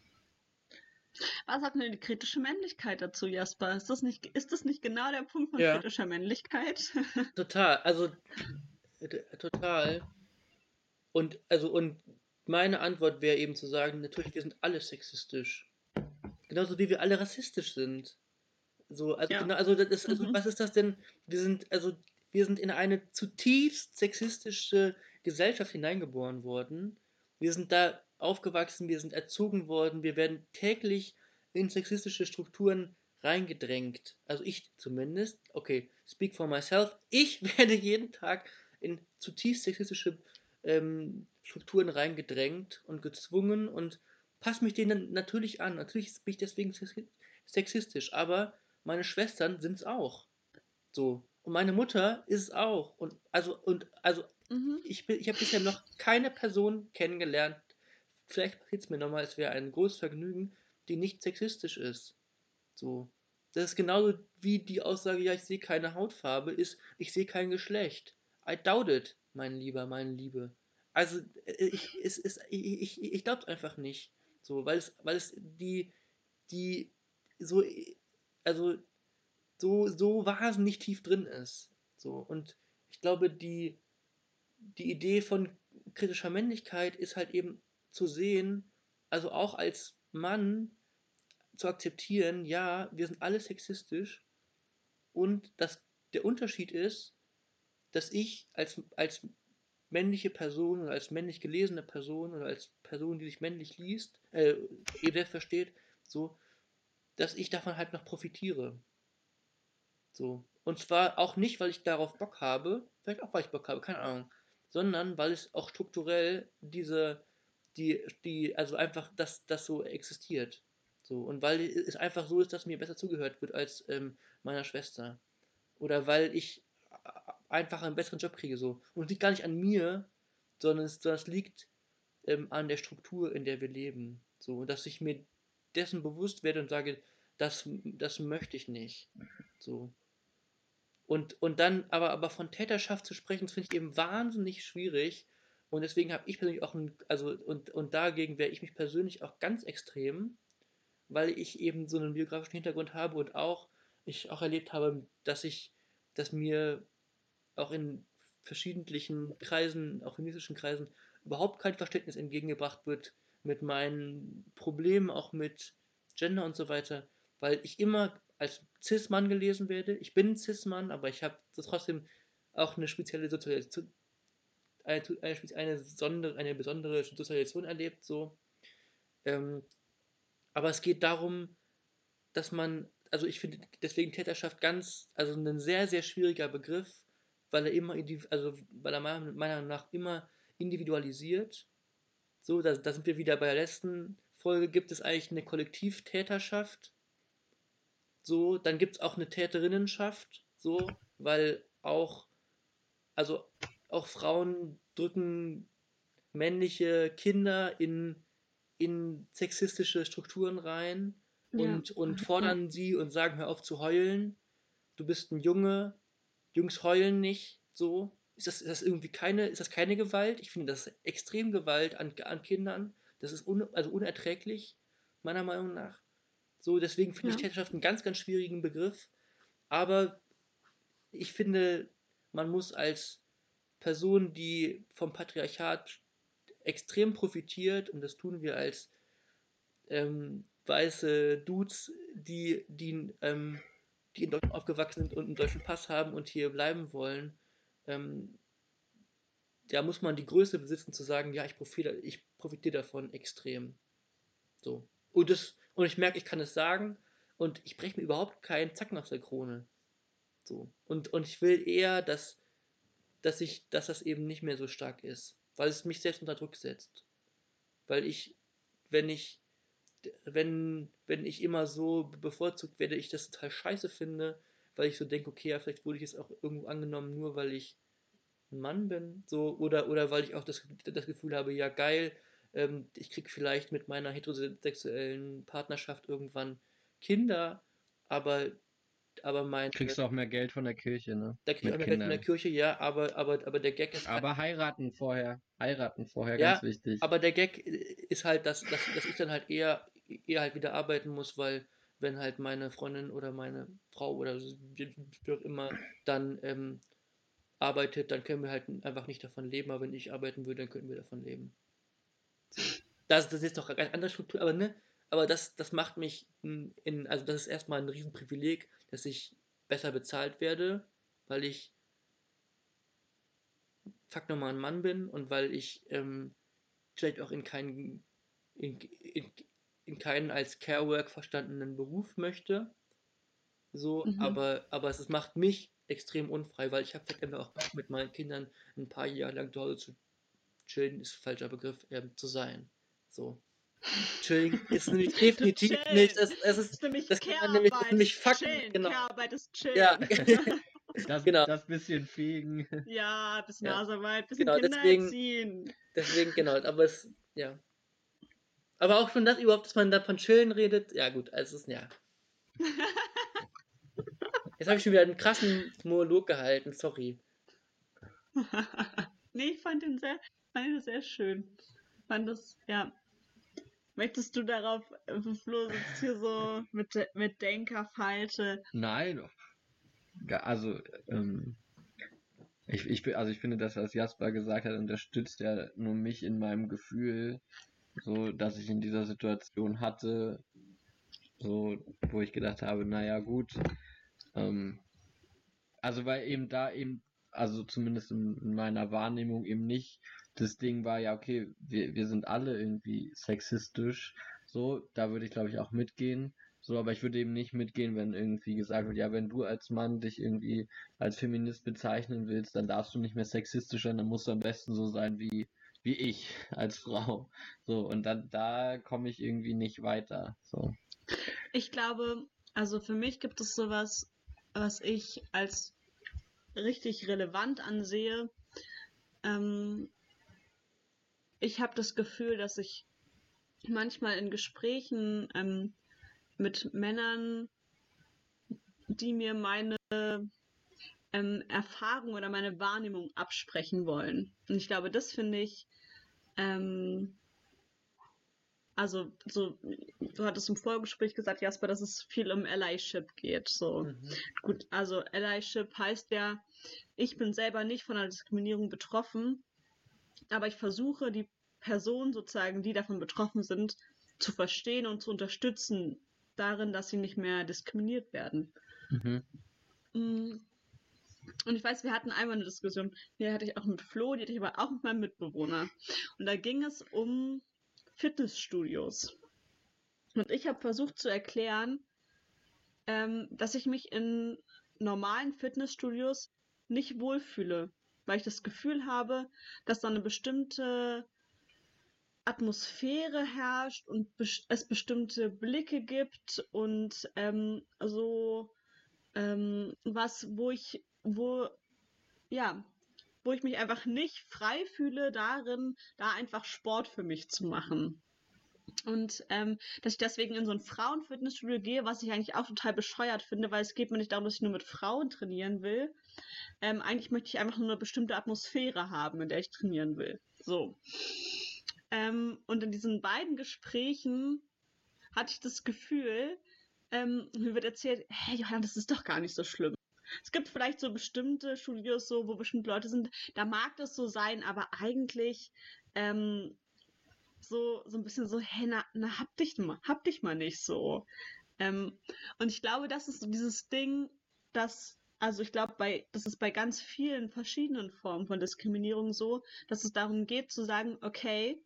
Was sagt denn die kritische Männlichkeit dazu, Jasper? Ist das nicht, ist das nicht genau der Punkt von Ja. kritischer Männlichkeit? Total, also äh, total. Und also und meine Antwort wäre eben zu sagen, natürlich, wir sind alle sexistisch. Genauso wie wir alle rassistisch sind. So, also Ja. genau, also das ist, also Mhm. was ist das denn? Wir sind, also wir sind in eine zutiefst sexistische Gesellschaft hineingeboren worden. Wir sind da aufgewachsen, wir sind erzogen worden, wir werden täglich in sexistische Strukturen reingedrängt. Also ich zumindest, okay, speak for myself, ich werde jeden Tag in zutiefst sexistische ähm, Strukturen reingedrängt und gezwungen und passe mich denen natürlich an. Natürlich bin ich deswegen sexistisch, aber meine Schwestern sind es auch. So. Und meine Mutter ist es auch. Und also, und also, Mhm. ich, bin- ich habe bisher noch keine Person kennengelernt, vielleicht passiert es mir nochmal, es wäre ein großes Vergnügen, die nicht sexistisch ist. So. Das ist genauso wie die Aussage, ja, ich sehe keine Hautfarbe, ist, ich sehe kein Geschlecht. I doubt it, mein Lieber, meine Liebe. Also, äh, ich, es ist, ich, ich, ich glaube es einfach nicht. So, weil es, weil es die, die so, also so, so wahnsinnig tief drin ist. So, und ich glaube, die, die Idee von kritischer Männlichkeit ist halt eben zu sehen, also auch als Mann zu akzeptieren, ja, wir sind alle sexistisch und dass der Unterschied ist, dass ich als, als männliche Person oder als männlich gelesene Person oder als Person, die sich männlich liest, äh, eben selbst versteht, so, dass ich davon halt noch profitiere. So. Und zwar auch nicht, weil ich darauf Bock habe, vielleicht auch, weil ich Bock habe, keine Ahnung, sondern weil es auch strukturell diese, die, die, also einfach, dass das so existiert. So. Und weil es einfach so ist, dass mir besser zugehört wird als ähm, meiner Schwester. Oder weil ich einfach einen besseren Job kriege, so. Und es liegt gar nicht an mir, sondern es, sondern es liegt ähm, an der Struktur, in der wir leben. So. Und dass ich mir dessen bewusst werde und sage, das, das möchte ich nicht. So. Und, und dann aber, aber von Täterschaft zu sprechen, das finde ich eben wahnsinnig schwierig. Und deswegen habe ich persönlich auch ein, also, und, und dagegen wehre ich mich persönlich auch ganz extrem, weil ich eben so einen biografischen Hintergrund habe und auch, ich auch erlebt habe, dass ich, dass mir auch in verschiedentlichen Kreisen, auch feministischen Kreisen, überhaupt kein Verständnis entgegengebracht wird mit meinen Problemen, auch mit Gender und so weiter, weil ich immer als Cis-Mann gelesen werde. Ich bin ein Cis-Mann, aber ich habe trotzdem auch eine spezielle Sozialisation, eine, eine, eine, besondere, eine besondere Sozialisation erlebt, so. Ähm, aber es geht darum, dass man, also ich finde deswegen Täterschaft ganz, also ein sehr, sehr schwieriger Begriff, weil er immer, also weil er meiner Meinung nach immer individualisiert. So, da, da sind wir wieder bei der letzten Folge, gibt es eigentlich eine Kollektivtäterschaft. So, dann gibt es auch eine Täterinnenschaft, so, weil auch, also auch Frauen drücken männliche Kinder in, in sexistische Strukturen rein Ja. und, und Ja. fordern sie und sagen, hör auf zu heulen, du bist ein Junge, Jungs heulen nicht, so. Ist das, ist das irgendwie keine, ist das keine Gewalt? Ich finde das ist extrem Gewalt an, an Kindern. Das ist un, also unerträglich, meiner Meinung nach. So, deswegen finde ich Ja. Täterschaft einen ganz, ganz schwierigen Begriff. Aber ich finde, man muss als Person, die vom Patriarchat extrem profitiert, und das tun wir als ähm, weiße Dudes, die, die, ähm, die in Deutschland aufgewachsen sind und einen deutschen Pass haben und hier bleiben wollen, ähm, da muss man die Größe besitzen zu sagen, ja, ich profitiere, ich profitiere davon extrem. So. Und, das, und ich merke, ich kann es sagen und ich breche mir überhaupt keinen Zacken aus der Krone. So. Und, und ich will eher, dass, dass, ich, dass das eben nicht mehr so stark ist, weil es mich selbst unter Druck setzt. Weil ich wenn ich, wenn, wenn ich immer so bevorzugt werde, ich das total scheiße finde, weil ich so denke, okay, ja, vielleicht wurde ich jetzt auch irgendwo angenommen, nur weil ich ein Mann bin, so, oder, oder weil ich auch das, das Gefühl habe, ja geil, ähm, ich krieg vielleicht mit meiner heterosexuellen Partnerschaft irgendwann Kinder, aber, aber meine, Kriegst du auch mehr Geld von der Kirche, ne? da krieg ich Mit auch mehr Geld von der Kindern. Kirche, ja, aber, aber, aber der Gag ist halt, Aber heiraten vorher. Heiraten vorher, ja, ganz wichtig. aber der Gag ist halt, dass, dass, dass ich dann halt eher, eher halt wieder arbeiten muss, weil wenn halt meine Freundin oder meine Frau oder wie wie auch immer dann ähm, arbeitet, dann können wir halt einfach nicht davon leben, aber wenn ich arbeiten würde, dann könnten wir davon leben. So. Das, das ist doch eine ganz andere Struktur, aber ne, aber das, das macht mich in, in, also das ist erstmal ein Riesenprivileg, dass ich besser bezahlt werde, weil ich fuck nochmal ein Mann bin und weil ich ähm, vielleicht auch in keinen, in, in, in keinen als Care-Work verstandenen Beruf möchte. So, Mhm. aber, aber es macht mich extrem unfrei, weil ich habe vielleicht einfach auch Bock mit meinen Kindern ein paar Jahre lang zu Hause zu chillen, ist ein falscher Begriff, ähm, zu sein. So. Chillen ist nämlich Du definitiv nicht, chillen. es, es Das ist, ist nämlich das kann man nämlich, das ist Care-Arbeit, nämlich ist fucking, chillen. genau. Care-Arbeit ist Ja, chillen. Das, genau, das bisschen fegen. Ja, bisschen ja, Hausarbeit, bisschen genau, Kinder deswegen, erziehen. deswegen, genau, aber es, ja. Aber auch schon das überhaupt, dass man da von Chillen redet, ja gut, also es ist, ja. Jetzt habe ich schon wieder einen krassen Monolog gehalten, sorry. Nee, ich fand ihn sehr, fand ihn sehr schön. Fand das, ja. Möchtest du darauf, äh, Flo sitzt hier so mit, De- mit Denkerfalte. Nein. Ga- Also, ähm, ich, ich, bin- also ich finde, das, was Jasper gesagt hat, unterstützt ja nur mich in meinem Gefühl, so, dass ich in dieser Situation hatte, so, wo ich gedacht habe, naja, gut, ähm, also weil eben da eben, also zumindest in, in meiner Wahrnehmung eben nicht, das Ding war ja, okay, wir, wir sind alle irgendwie sexistisch, so, da würde ich glaube ich auch mitgehen, so, aber ich würde eben nicht mitgehen, wenn irgendwie gesagt wird, ja, wenn du als Mann dich irgendwie als Feminist bezeichnen willst, dann darfst du nicht mehr sexistisch sein, dann musst du am besten so sein wie, wie ich als Frau, so, und dann, da komme ich irgendwie nicht weiter, so. Ich glaube, also für mich gibt es sowas, was ich als richtig relevant ansehe. Ähm, ich habe das Gefühl, dass ich manchmal in Gesprächen ähm, mit Männern, die mir meine ähm, Erfahrung oder meine Wahrnehmung absprechen wollen. Und ich glaube, das finde ich, ähm, also so, du hattest im Vorgespräch gesagt, Jasper, dass es viel um Allyship geht. So Mhm. gut, also Allyship heißt ja, ich bin selber nicht von einer Diskriminierung betroffen, aber ich versuche die Personen sozusagen, die davon betroffen sind, zu verstehen und zu unterstützen darin, dass sie nicht mehr diskriminiert werden. Mhm. Mm, Und ich weiß, wir hatten einmal eine Diskussion, die hatte ich auch mit Flo, die hatte ich aber auch mit meinem Mitbewohner. Und da ging es um Fitnessstudios. Und ich habe versucht zu erklären, ähm, dass ich mich in normalen Fitnessstudios nicht wohlfühle, weil ich das Gefühl habe, dass da eine bestimmte Atmosphäre herrscht und bes es bestimmte Blicke gibt und ähm, so ähm, was, wo ich, wo, ja, wo ich mich einfach nicht frei fühle darin, da einfach Sport für mich zu machen. Und ähm, dass ich deswegen in so ein Frauenfitnessstudio gehe, was ich eigentlich auch total bescheuert finde, weil es geht mir nicht darum, dass ich nur mit Frauen trainieren will. Ähm, eigentlich möchte ich einfach nur eine bestimmte Atmosphäre haben, in der ich trainieren will. So. Ähm, und in diesen beiden Gesprächen hatte ich das Gefühl, ähm, mir wird erzählt, hey Johanna, das ist doch gar nicht so schlimm. Es gibt vielleicht so bestimmte Studios, so, wo bestimmte Leute sind, da mag das so sein, aber eigentlich ähm, so, so ein bisschen so, hey, na, na hab dich mal, hab dich mal nicht so. Ähm, und ich glaube, das ist so dieses Ding, dass, also ich glaube, bei, das ist bei ganz vielen verschiedenen Formen von Diskriminierung so, dass es darum geht zu sagen, okay,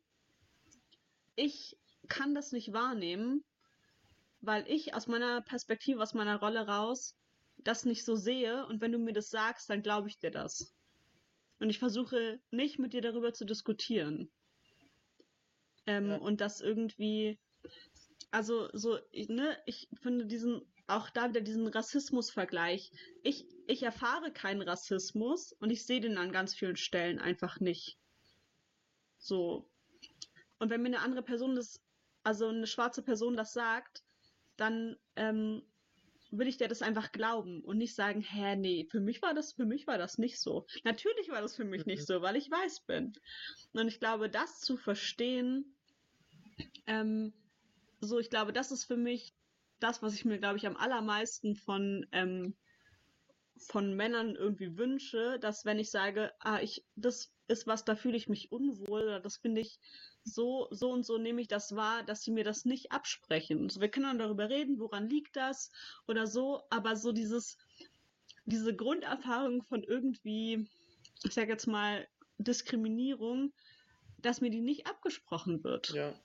ich kann das nicht wahrnehmen, weil ich aus meiner Perspektive, aus meiner Rolle raus das nicht so sehe und wenn du mir das sagst, dann glaube ich dir das. Und ich versuche nicht mit dir darüber zu diskutieren. Ähm, Ja. Und das irgendwie, also so, ich- ne, ich finde diesen, auch da wieder diesen Rassismus-Vergleich. Ich, ich erfahre keinen Rassismus und ich sehe den an ganz vielen Stellen einfach nicht. So. Und wenn mir eine andere Person das, also eine schwarze Person das sagt, dann ähm, will ich der das einfach glauben und nicht sagen, hä, nee, für mich war das, für mich war das nicht so. Natürlich war das für mich Mhm. nicht so, weil ich weiß bin. Und ich glaube, das zu verstehen, ähm, so, ich glaube, das ist für mich das, was ich mir, glaube ich, am allermeisten von, ähm, von Männern irgendwie wünsche, dass wenn ich sage, ah, ich, das ist was, da fühle ich mich unwohl oder das finde ich so, so und so nehme ich das wahr, dass sie mir das nicht absprechen. Also wir können dann darüber reden, woran liegt das oder so, aber so dieses, diese Grunderfahrung von irgendwie, ich sage jetzt mal, Diskriminierung, dass mir die nicht abgesprochen wird. Ja.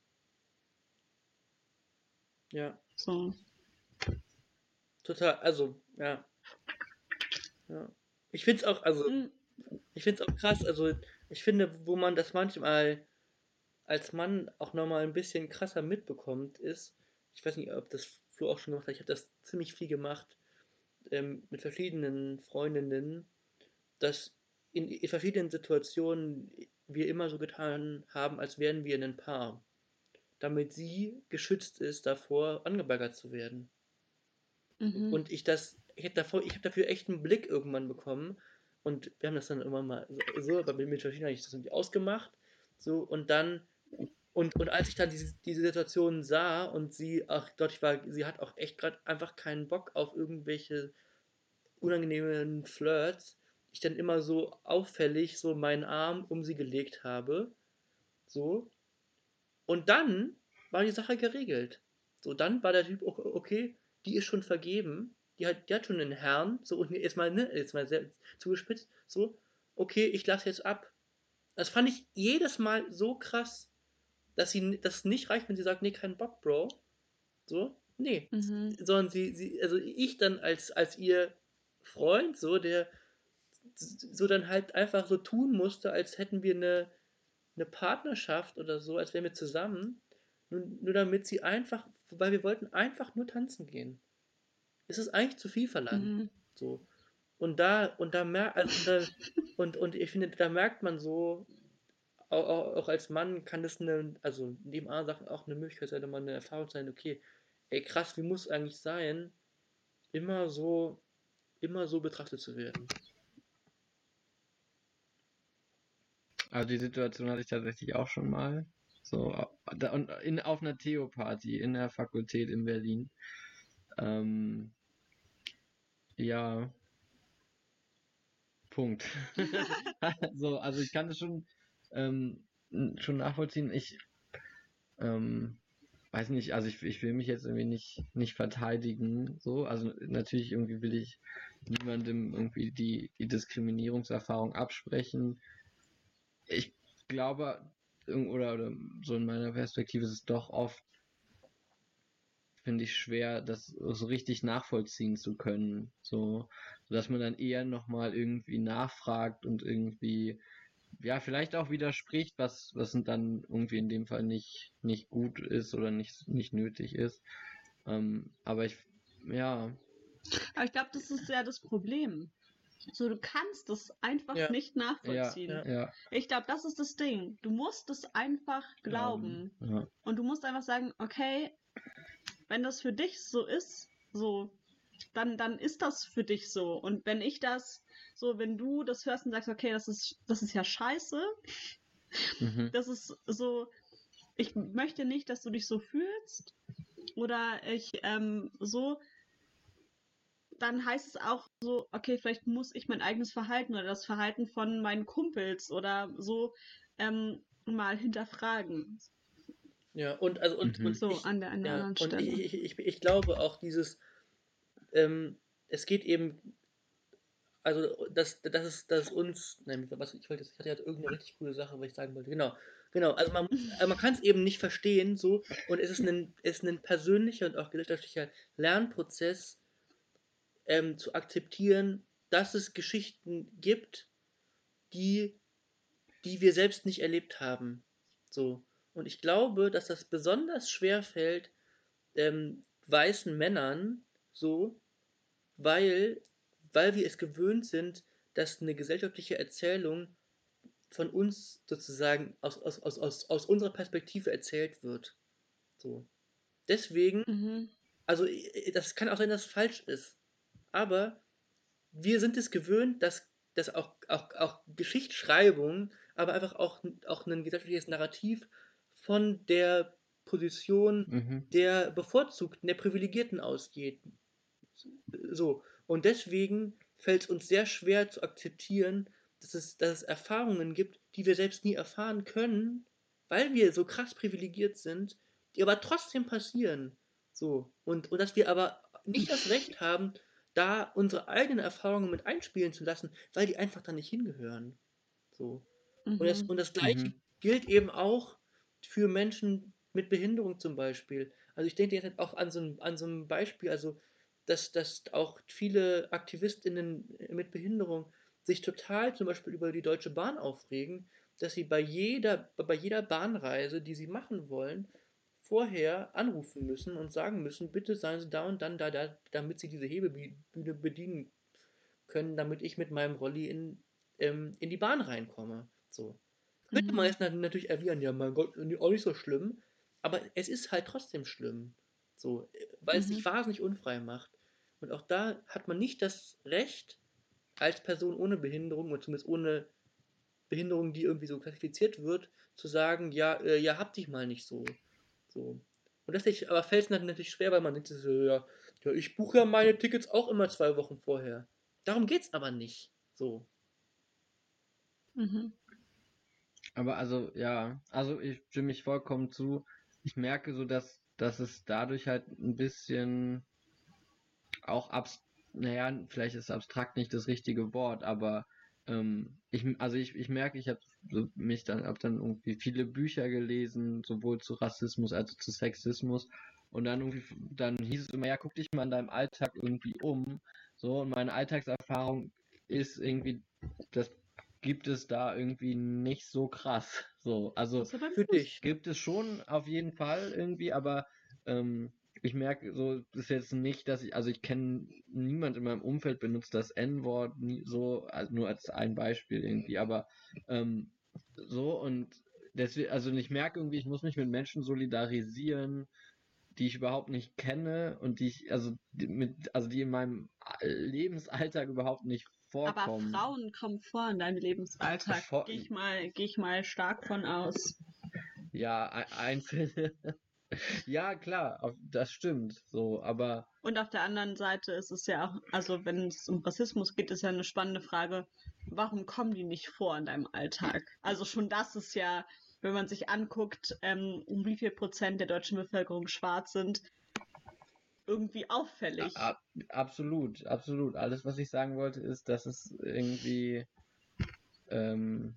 Ja. So. Total, also, ja. Ja. Ich find's auch, also, Mm, ich find's auch krass, also, ich finde, wo man das manchmal als Mann auch nochmal ein bisschen krasser mitbekommt, ist, ich weiß nicht, ob das Flo auch schon gemacht hat, ich habe das ziemlich viel gemacht, ähm, mit verschiedenen Freundinnen, dass in, in verschiedenen Situationen wir immer so getan haben, als wären wir ein Paar, damit sie geschützt ist davor, angebaggert zu werden. mhm. Und ich das, ich habe davor, ich habe dafür echt einen Blick irgendwann bekommen. Und wir haben das dann immer mal so, so aber mit verschiedenen habe ich das irgendwie ausgemacht. So, und dann, und, und als ich dann diese, diese Situation sah und sie auch, dort ich war, sie hat auch echt gerade einfach keinen Bock auf irgendwelche unangenehmen Flirts, ich dann immer so auffällig so meinen Arm um sie gelegt habe. So. Und dann war die Sache geregelt. So, dann war der Typ, o- okay, die ist schon vergeben, die hat, die hat schon einen Herrn, so, und jetzt mal, ne, jetzt mal sehr zugespitzt, so, okay, ich lasse jetzt ab. Das fand ich jedes Mal so krass, dass sie, dass nicht reicht, wenn sie sagt, nee, kein Bock, Bro. So, nee. Mhm. Sondern sie, sie, also ich dann als, als ihr Freund, so, der so dann halt einfach so tun musste, als hätten wir eine, eine Partnerschaft oder so, als wären wir zusammen, nur, nur damit sie einfach, weil wir wollten einfach nur tanzen gehen. Es ist eigentlich zu viel verlangt. Mhm. So. Und da, und da merkt, also, und, da, und, und ich finde, da merkt man so, auch, auch, auch als Mann kann das eine, also neben anderen Sachen auch eine Möglichkeit sein, mal eine Erfahrung sein, okay, ey krass, wie muss es eigentlich sein, immer so, immer so betrachtet zu werden. Also die Situation hatte ich tatsächlich auch schon mal. So, da- und in, auf einer Theo-Party in der Fakultät in Berlin. Ähm, ja, Punkt. So, also ich kann das schon, ähm, n- schon nachvollziehen. Ich ähm, weiß nicht, also ich, ich will mich jetzt irgendwie nicht, nicht verteidigen. So, also natürlich irgendwie will ich niemandem irgendwie die, die Diskriminierungserfahrung absprechen. Ich glaube, irg- oder, oder so in meiner Perspektive ist es doch oft, finde ich, schwer, das so richtig nachvollziehen zu können. So, sodass man dann eher nochmal irgendwie nachfragt und irgendwie, ja, vielleicht auch widerspricht, was, was dann irgendwie in dem Fall nicht, nicht gut ist oder nicht, nicht nötig ist. Ähm, aber ich, ja, Aber ich glaube, das ist ja das Problem. So, du kannst es einfach Ja, nicht ja, nachvollziehen. ja, ja, Ich glaube, das ist das Ding. Du musst es einfach glauben. glauben. Ja. Und du musst einfach sagen, okay, wenn das für dich so ist, so, dann, dann ist das für dich so. Und wenn ich das, so, wenn du das hörst und sagst, okay, das ist, das ist ja scheiße, Mhm. das ist so, ich möchte nicht, dass du dich so fühlst. Oder ich, ähm, so, dann heißt es auch so, okay, vielleicht muss ich mein eigenes Verhalten oder das Verhalten von meinen Kumpels oder so ähm, mal hinterfragen. ja. Und also und, Mhm. und So ich, an der, an der ja, anderen und ich, Stelle. ich, ich, ich glaube auch dieses, ähm, es geht eben, also das, das ist, das ist uns, nein, was ich wollte, ich hatte ja irgendeine richtig coole Sache, was ich sagen wollte. Genau, genau. Also man muss, also man kann es eben nicht verstehen, so, und es ist ein, es ist ein persönlicher und auch gesellschaftlicher Lernprozess, ähm, zu akzeptieren, dass es Geschichten gibt, die, die wir selbst nicht erlebt haben. So. Und ich glaube, dass das besonders schwer fällt, ähm, weißen Männern so, weil, weil wir es gewöhnt sind, dass eine gesellschaftliche Erzählung von uns sozusagen aus, aus, aus, aus, aus unserer Perspektive erzählt wird. So. Deswegen, Mhm. also das kann auch sein, dass es falsch ist, aber wir sind es gewöhnt, dass, dass auch, auch, auch Geschichtsschreibung, aber einfach auch, auch ein gesellschaftliches Narrativ von der Position Mhm. der Bevorzugten, der Privilegierten ausgeht. So. Und deswegen fällt es uns sehr schwer zu akzeptieren, dass es, dass es Erfahrungen gibt, die wir selbst nie erfahren können, weil wir so krass privilegiert sind, die aber trotzdem passieren. So. Und, und dass wir aber nicht das Recht haben, da unsere eigenen Erfahrungen mit einspielen zu lassen, weil die einfach da nicht hingehören. So. Und das, Mhm. und das Gleiche Mhm. gilt eben auch für Menschen mit Behinderung zum Beispiel. Also ich denke jetzt auch an so ein, an so ein Beispiel, also dass, dass auch viele AktivistInnen mit Behinderung sich total zum Beispiel über die Deutsche Bahn aufregen, dass sie bei jeder, bei jeder Bahnreise, die sie machen wollen, vorher anrufen müssen und sagen müssen, bitte seien Sie da und dann da, da damit Sie diese Hebebühne bedienen können, damit ich mit meinem Rolli in, ähm, in die Bahn reinkomme. So. Könnte man Mhm. jetzt natürlich erwidern, ja, mein Gott, auch nicht so schlimm, aber es ist halt trotzdem schlimm. So, weil es sich Mhm. wahnsinnig unfrei macht. Und auch da hat man nicht das Recht, als Person ohne Behinderung, oder zumindest ohne Behinderung, die irgendwie so klassifiziert wird, zu sagen, ja, äh, ja, hab dich mal nicht so. So. Und das ist, aber fällt es natürlich schwer, weil man denkt, so, ja, ja, ich buche ja meine Tickets auch immer zwei Wochen vorher. Darum geht's aber nicht. So. Mhm. Aber also, ja, also ich stimme mich vollkommen zu. Ich merke so, dass, dass es dadurch halt ein bisschen auch abs, naja, vielleicht ist abstrakt nicht das richtige Wort, aber ähm, ich, also ich, ich merke, ich habe so mich dann, hab dann irgendwie viele Bücher gelesen, sowohl zu Rassismus als auch zu Sexismus. Und dann irgendwie, dann hieß es immer, ja, guck dich mal in deinem Alltag irgendwie um. So, und meine Alltagserfahrung ist irgendwie, das gibt es da irgendwie nicht so krass. So, also Außer beim Für Fuß. dich. gibt es schon auf jeden Fall irgendwie, aber ähm, ich merke so, das ist jetzt nicht, dass ich, also ich kenne niemand in meinem Umfeld benutzt das N-Wort nie so, also nur als ein Beispiel irgendwie, aber ähm, so und deswegen, also ich merke irgendwie, ich muss mich mit Menschen solidarisieren, die ich überhaupt nicht kenne und die ich, also die mit, also die in meinem Lebensalltag überhaupt nicht Aber vorkommen. Frauen kommen vor in deinem Lebensalltag. Vor, Gehe ich mal, gehe ich mal stark von aus. ja, ein- Einzelne. Ja, klar, auf, das stimmt. So, aber Und auf der anderen Seite ist es ja auch, also wenn es um Rassismus geht, ist ja eine spannende Frage, warum kommen die nicht vor in deinem Alltag? Also schon das ist ja, wenn man sich anguckt, ähm, um wie viel Prozent der deutschen Bevölkerung schwarz sind, irgendwie auffällig. a- absolut, absolut. Alles, was ich sagen wollte, ist, dass es irgendwie, ähm,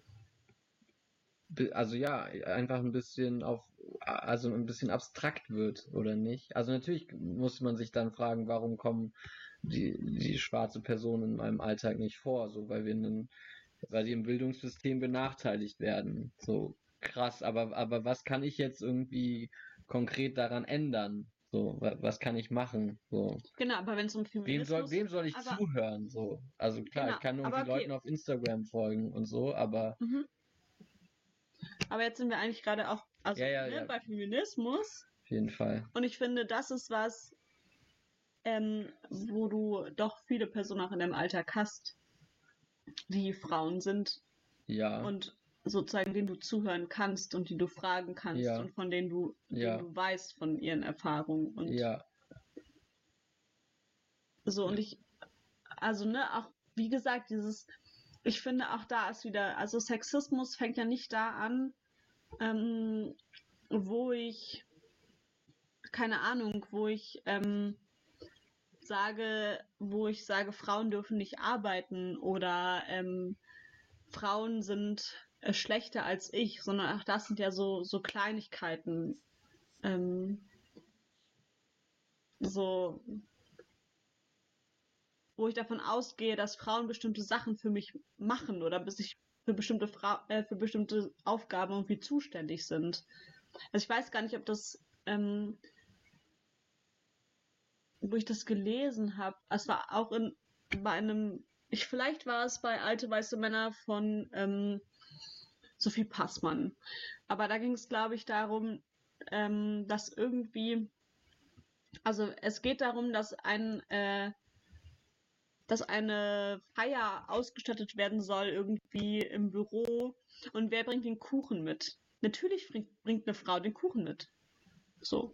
be- also ja, einfach ein bisschen auf, also ein bisschen abstrakt wird, oder nicht? Also natürlich muss man sich dann fragen, warum kommen die, die schwarze Personen in meinem Alltag nicht vor, so weil wir einen, weil die im Bildungssystem benachteiligt werden. So krass, aber, aber was kann ich jetzt irgendwie konkret daran ändern? So, wa- was kann ich machen? So. Genau, aber wenn es um Wem soll, Feminismus, wem soll ich aber zuhören? So, also klar, genau, ich kann irgendwie aber Leuten okay. auf Instagram folgen und so, aber Mhm. Aber jetzt sind wir eigentlich gerade auch, ja, also ja, ne, ja, bei Feminismus. auf jeden Fall. Und ich finde, das ist was, ähm, wo du doch viele Personen auch in deinem Alltag hast, die Frauen sind Ja, und sozusagen denen du zuhören kannst und die du fragen kannst ja, und von denen du, denen ja, du weißt von ihren Erfahrungen und ja, so. Und ich, also ne, auch wie gesagt, dieses, ich finde auch da ist wieder, also Sexismus fängt ja nicht da an, ähm, wo ich, keine Ahnung, wo ich ähm, sage, wo ich sage, Frauen dürfen nicht arbeiten oder ähm, Frauen sind äh, schlechter als ich, sondern auch das sind ja so, so Kleinigkeiten. Ähm, so, wo ich davon ausgehe, dass Frauen bestimmte Sachen für mich machen oder bis sich für bestimmte Fra äh, für bestimmte Aufgaben irgendwie zuständig sind. Also ich weiß gar nicht, ob das, ähm, wo ich das gelesen habe, es war auch in bei einem, ich vielleicht war es bei Alte weiße Männer von ähm, Sophie Passmann. Aber da ging es, glaube ich, darum, ähm, dass irgendwie, also es geht darum, dass ein äh, dass eine Feier ausgestattet werden soll irgendwie im Büro und wer bringt den Kuchen mit? Natürlich bringt, bringt eine Frau den Kuchen mit. So.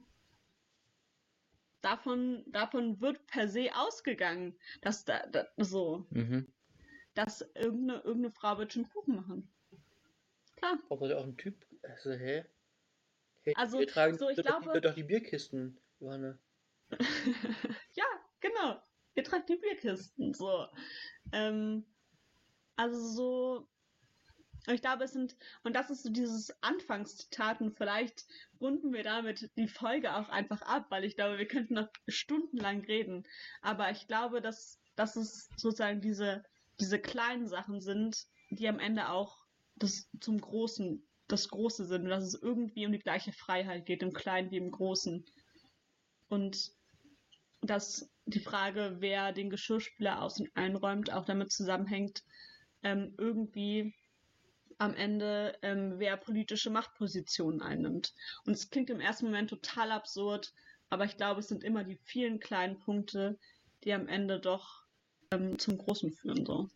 Davon, davon wird per se ausgegangen, dass da, da so, Mhm. dass irgendeine, irgendeine Frau wird schon Kuchen machen. Klar. Braucht auch ein Typ? Also, hä? Hey, Also, wir tragen so, ich doch, die, glaube, doch die Bierkisten, Johanna. ja, genau. Ihr tragt die Bierkisten, so. Ähm, also so, ich glaube, es sind, und das ist so dieses Anfangszitat, und vielleicht runden wir damit die Folge auch einfach ab, weil ich glaube, wir könnten noch stundenlang reden. Aber ich glaube, dass, dass es sozusagen diese, diese kleinen Sachen sind, die am Ende auch das zum Großen, das Große sind, und dass es irgendwie um die gleiche Freiheit geht, im Kleinen wie im Großen. Und dass die Frage, wer den Geschirrspüler aus- und einräumt, auch damit zusammenhängt, ähm, irgendwie am Ende, ähm, wer politische Machtpositionen einnimmt. Und es klingt im ersten Moment total absurd, aber ich glaube, es sind immer die vielen kleinen Punkte, die am Ende doch ähm, zum Großen führen. So.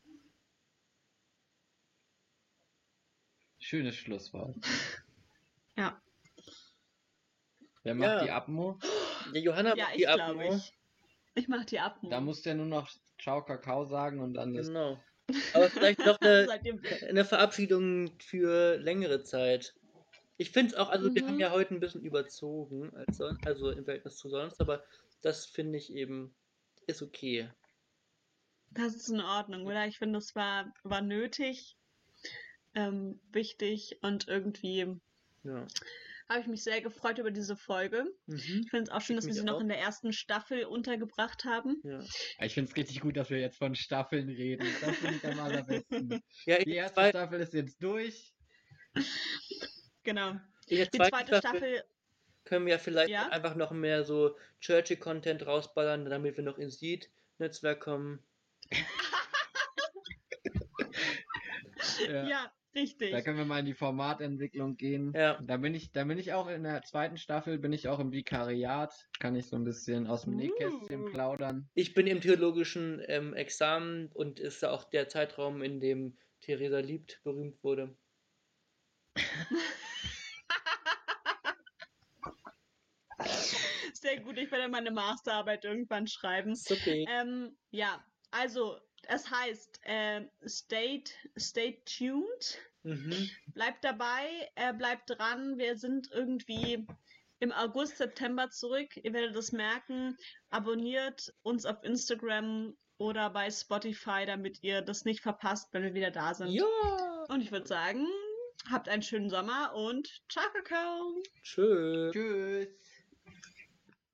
Schönes Schlusswort. Ja. Wer macht Ja. die Abmo? Ja, Johanna Ja, macht ich die glaube, Abmo. ich. Ich mach die Abmo. Da muss der nur noch Ciao Kakao sagen und dann ist. Genau. Aber vielleicht noch eine, Seitdem. eine Verabschiedung für längere Zeit. Ich finde es auch, also wir haben Mhm. ja heute ein bisschen überzogen, als son- also im Verhältnis zu sonst, aber das finde ich eben, ist okay. Das ist in Ordnung, oder? Ich finde, es war, war nötig, ähm, wichtig und irgendwie Ja. habe ich mich sehr gefreut über diese Folge. Mhm. Ich finde es auch schön, Ich dass wir mich sie noch auch. in der ersten Staffel untergebracht haben. Ja. Ich finde es richtig gut, dass wir jetzt von Staffeln reden. Das finde ich am allerbesten. Ja, in Die der erste zweiten, Staffel ist jetzt durch. Genau. in der Die zweiten zweite Staffel Staffel, können wir ja vielleicht ja, einfach noch mehr so Churchill-Content rausballern, damit wir noch ins Seed-Netzwerk kommen. Ja. ja, Da richtig. können wir mal in die Formatentwicklung gehen. Ja. Da bin ich, da bin ich auch in der zweiten Staffel, bin ich auch im Vikariat. Kann ich so ein bisschen aus dem Nähkästchen Uh. plaudern. Ich bin im theologischen ähm, Examen und ist auch der Zeitraum, in dem Theresa Liebt berühmt wurde. Sehr gut, ich werde meine Masterarbeit irgendwann schreiben. Super. Ähm, ja, also, es heißt, äh, stay, stay tuned. Mhm. Bleibt dabei, äh, bleibt dran. Wir sind irgendwie im August, September zurück. Ihr werdet es merken. Abonniert uns auf Instagram oder bei Spotify, damit ihr das nicht verpasst, wenn wir wieder da sind. Ja. Und ich würde sagen, habt einen schönen Sommer und ciao, Kakao. Tschüss. Tschüss.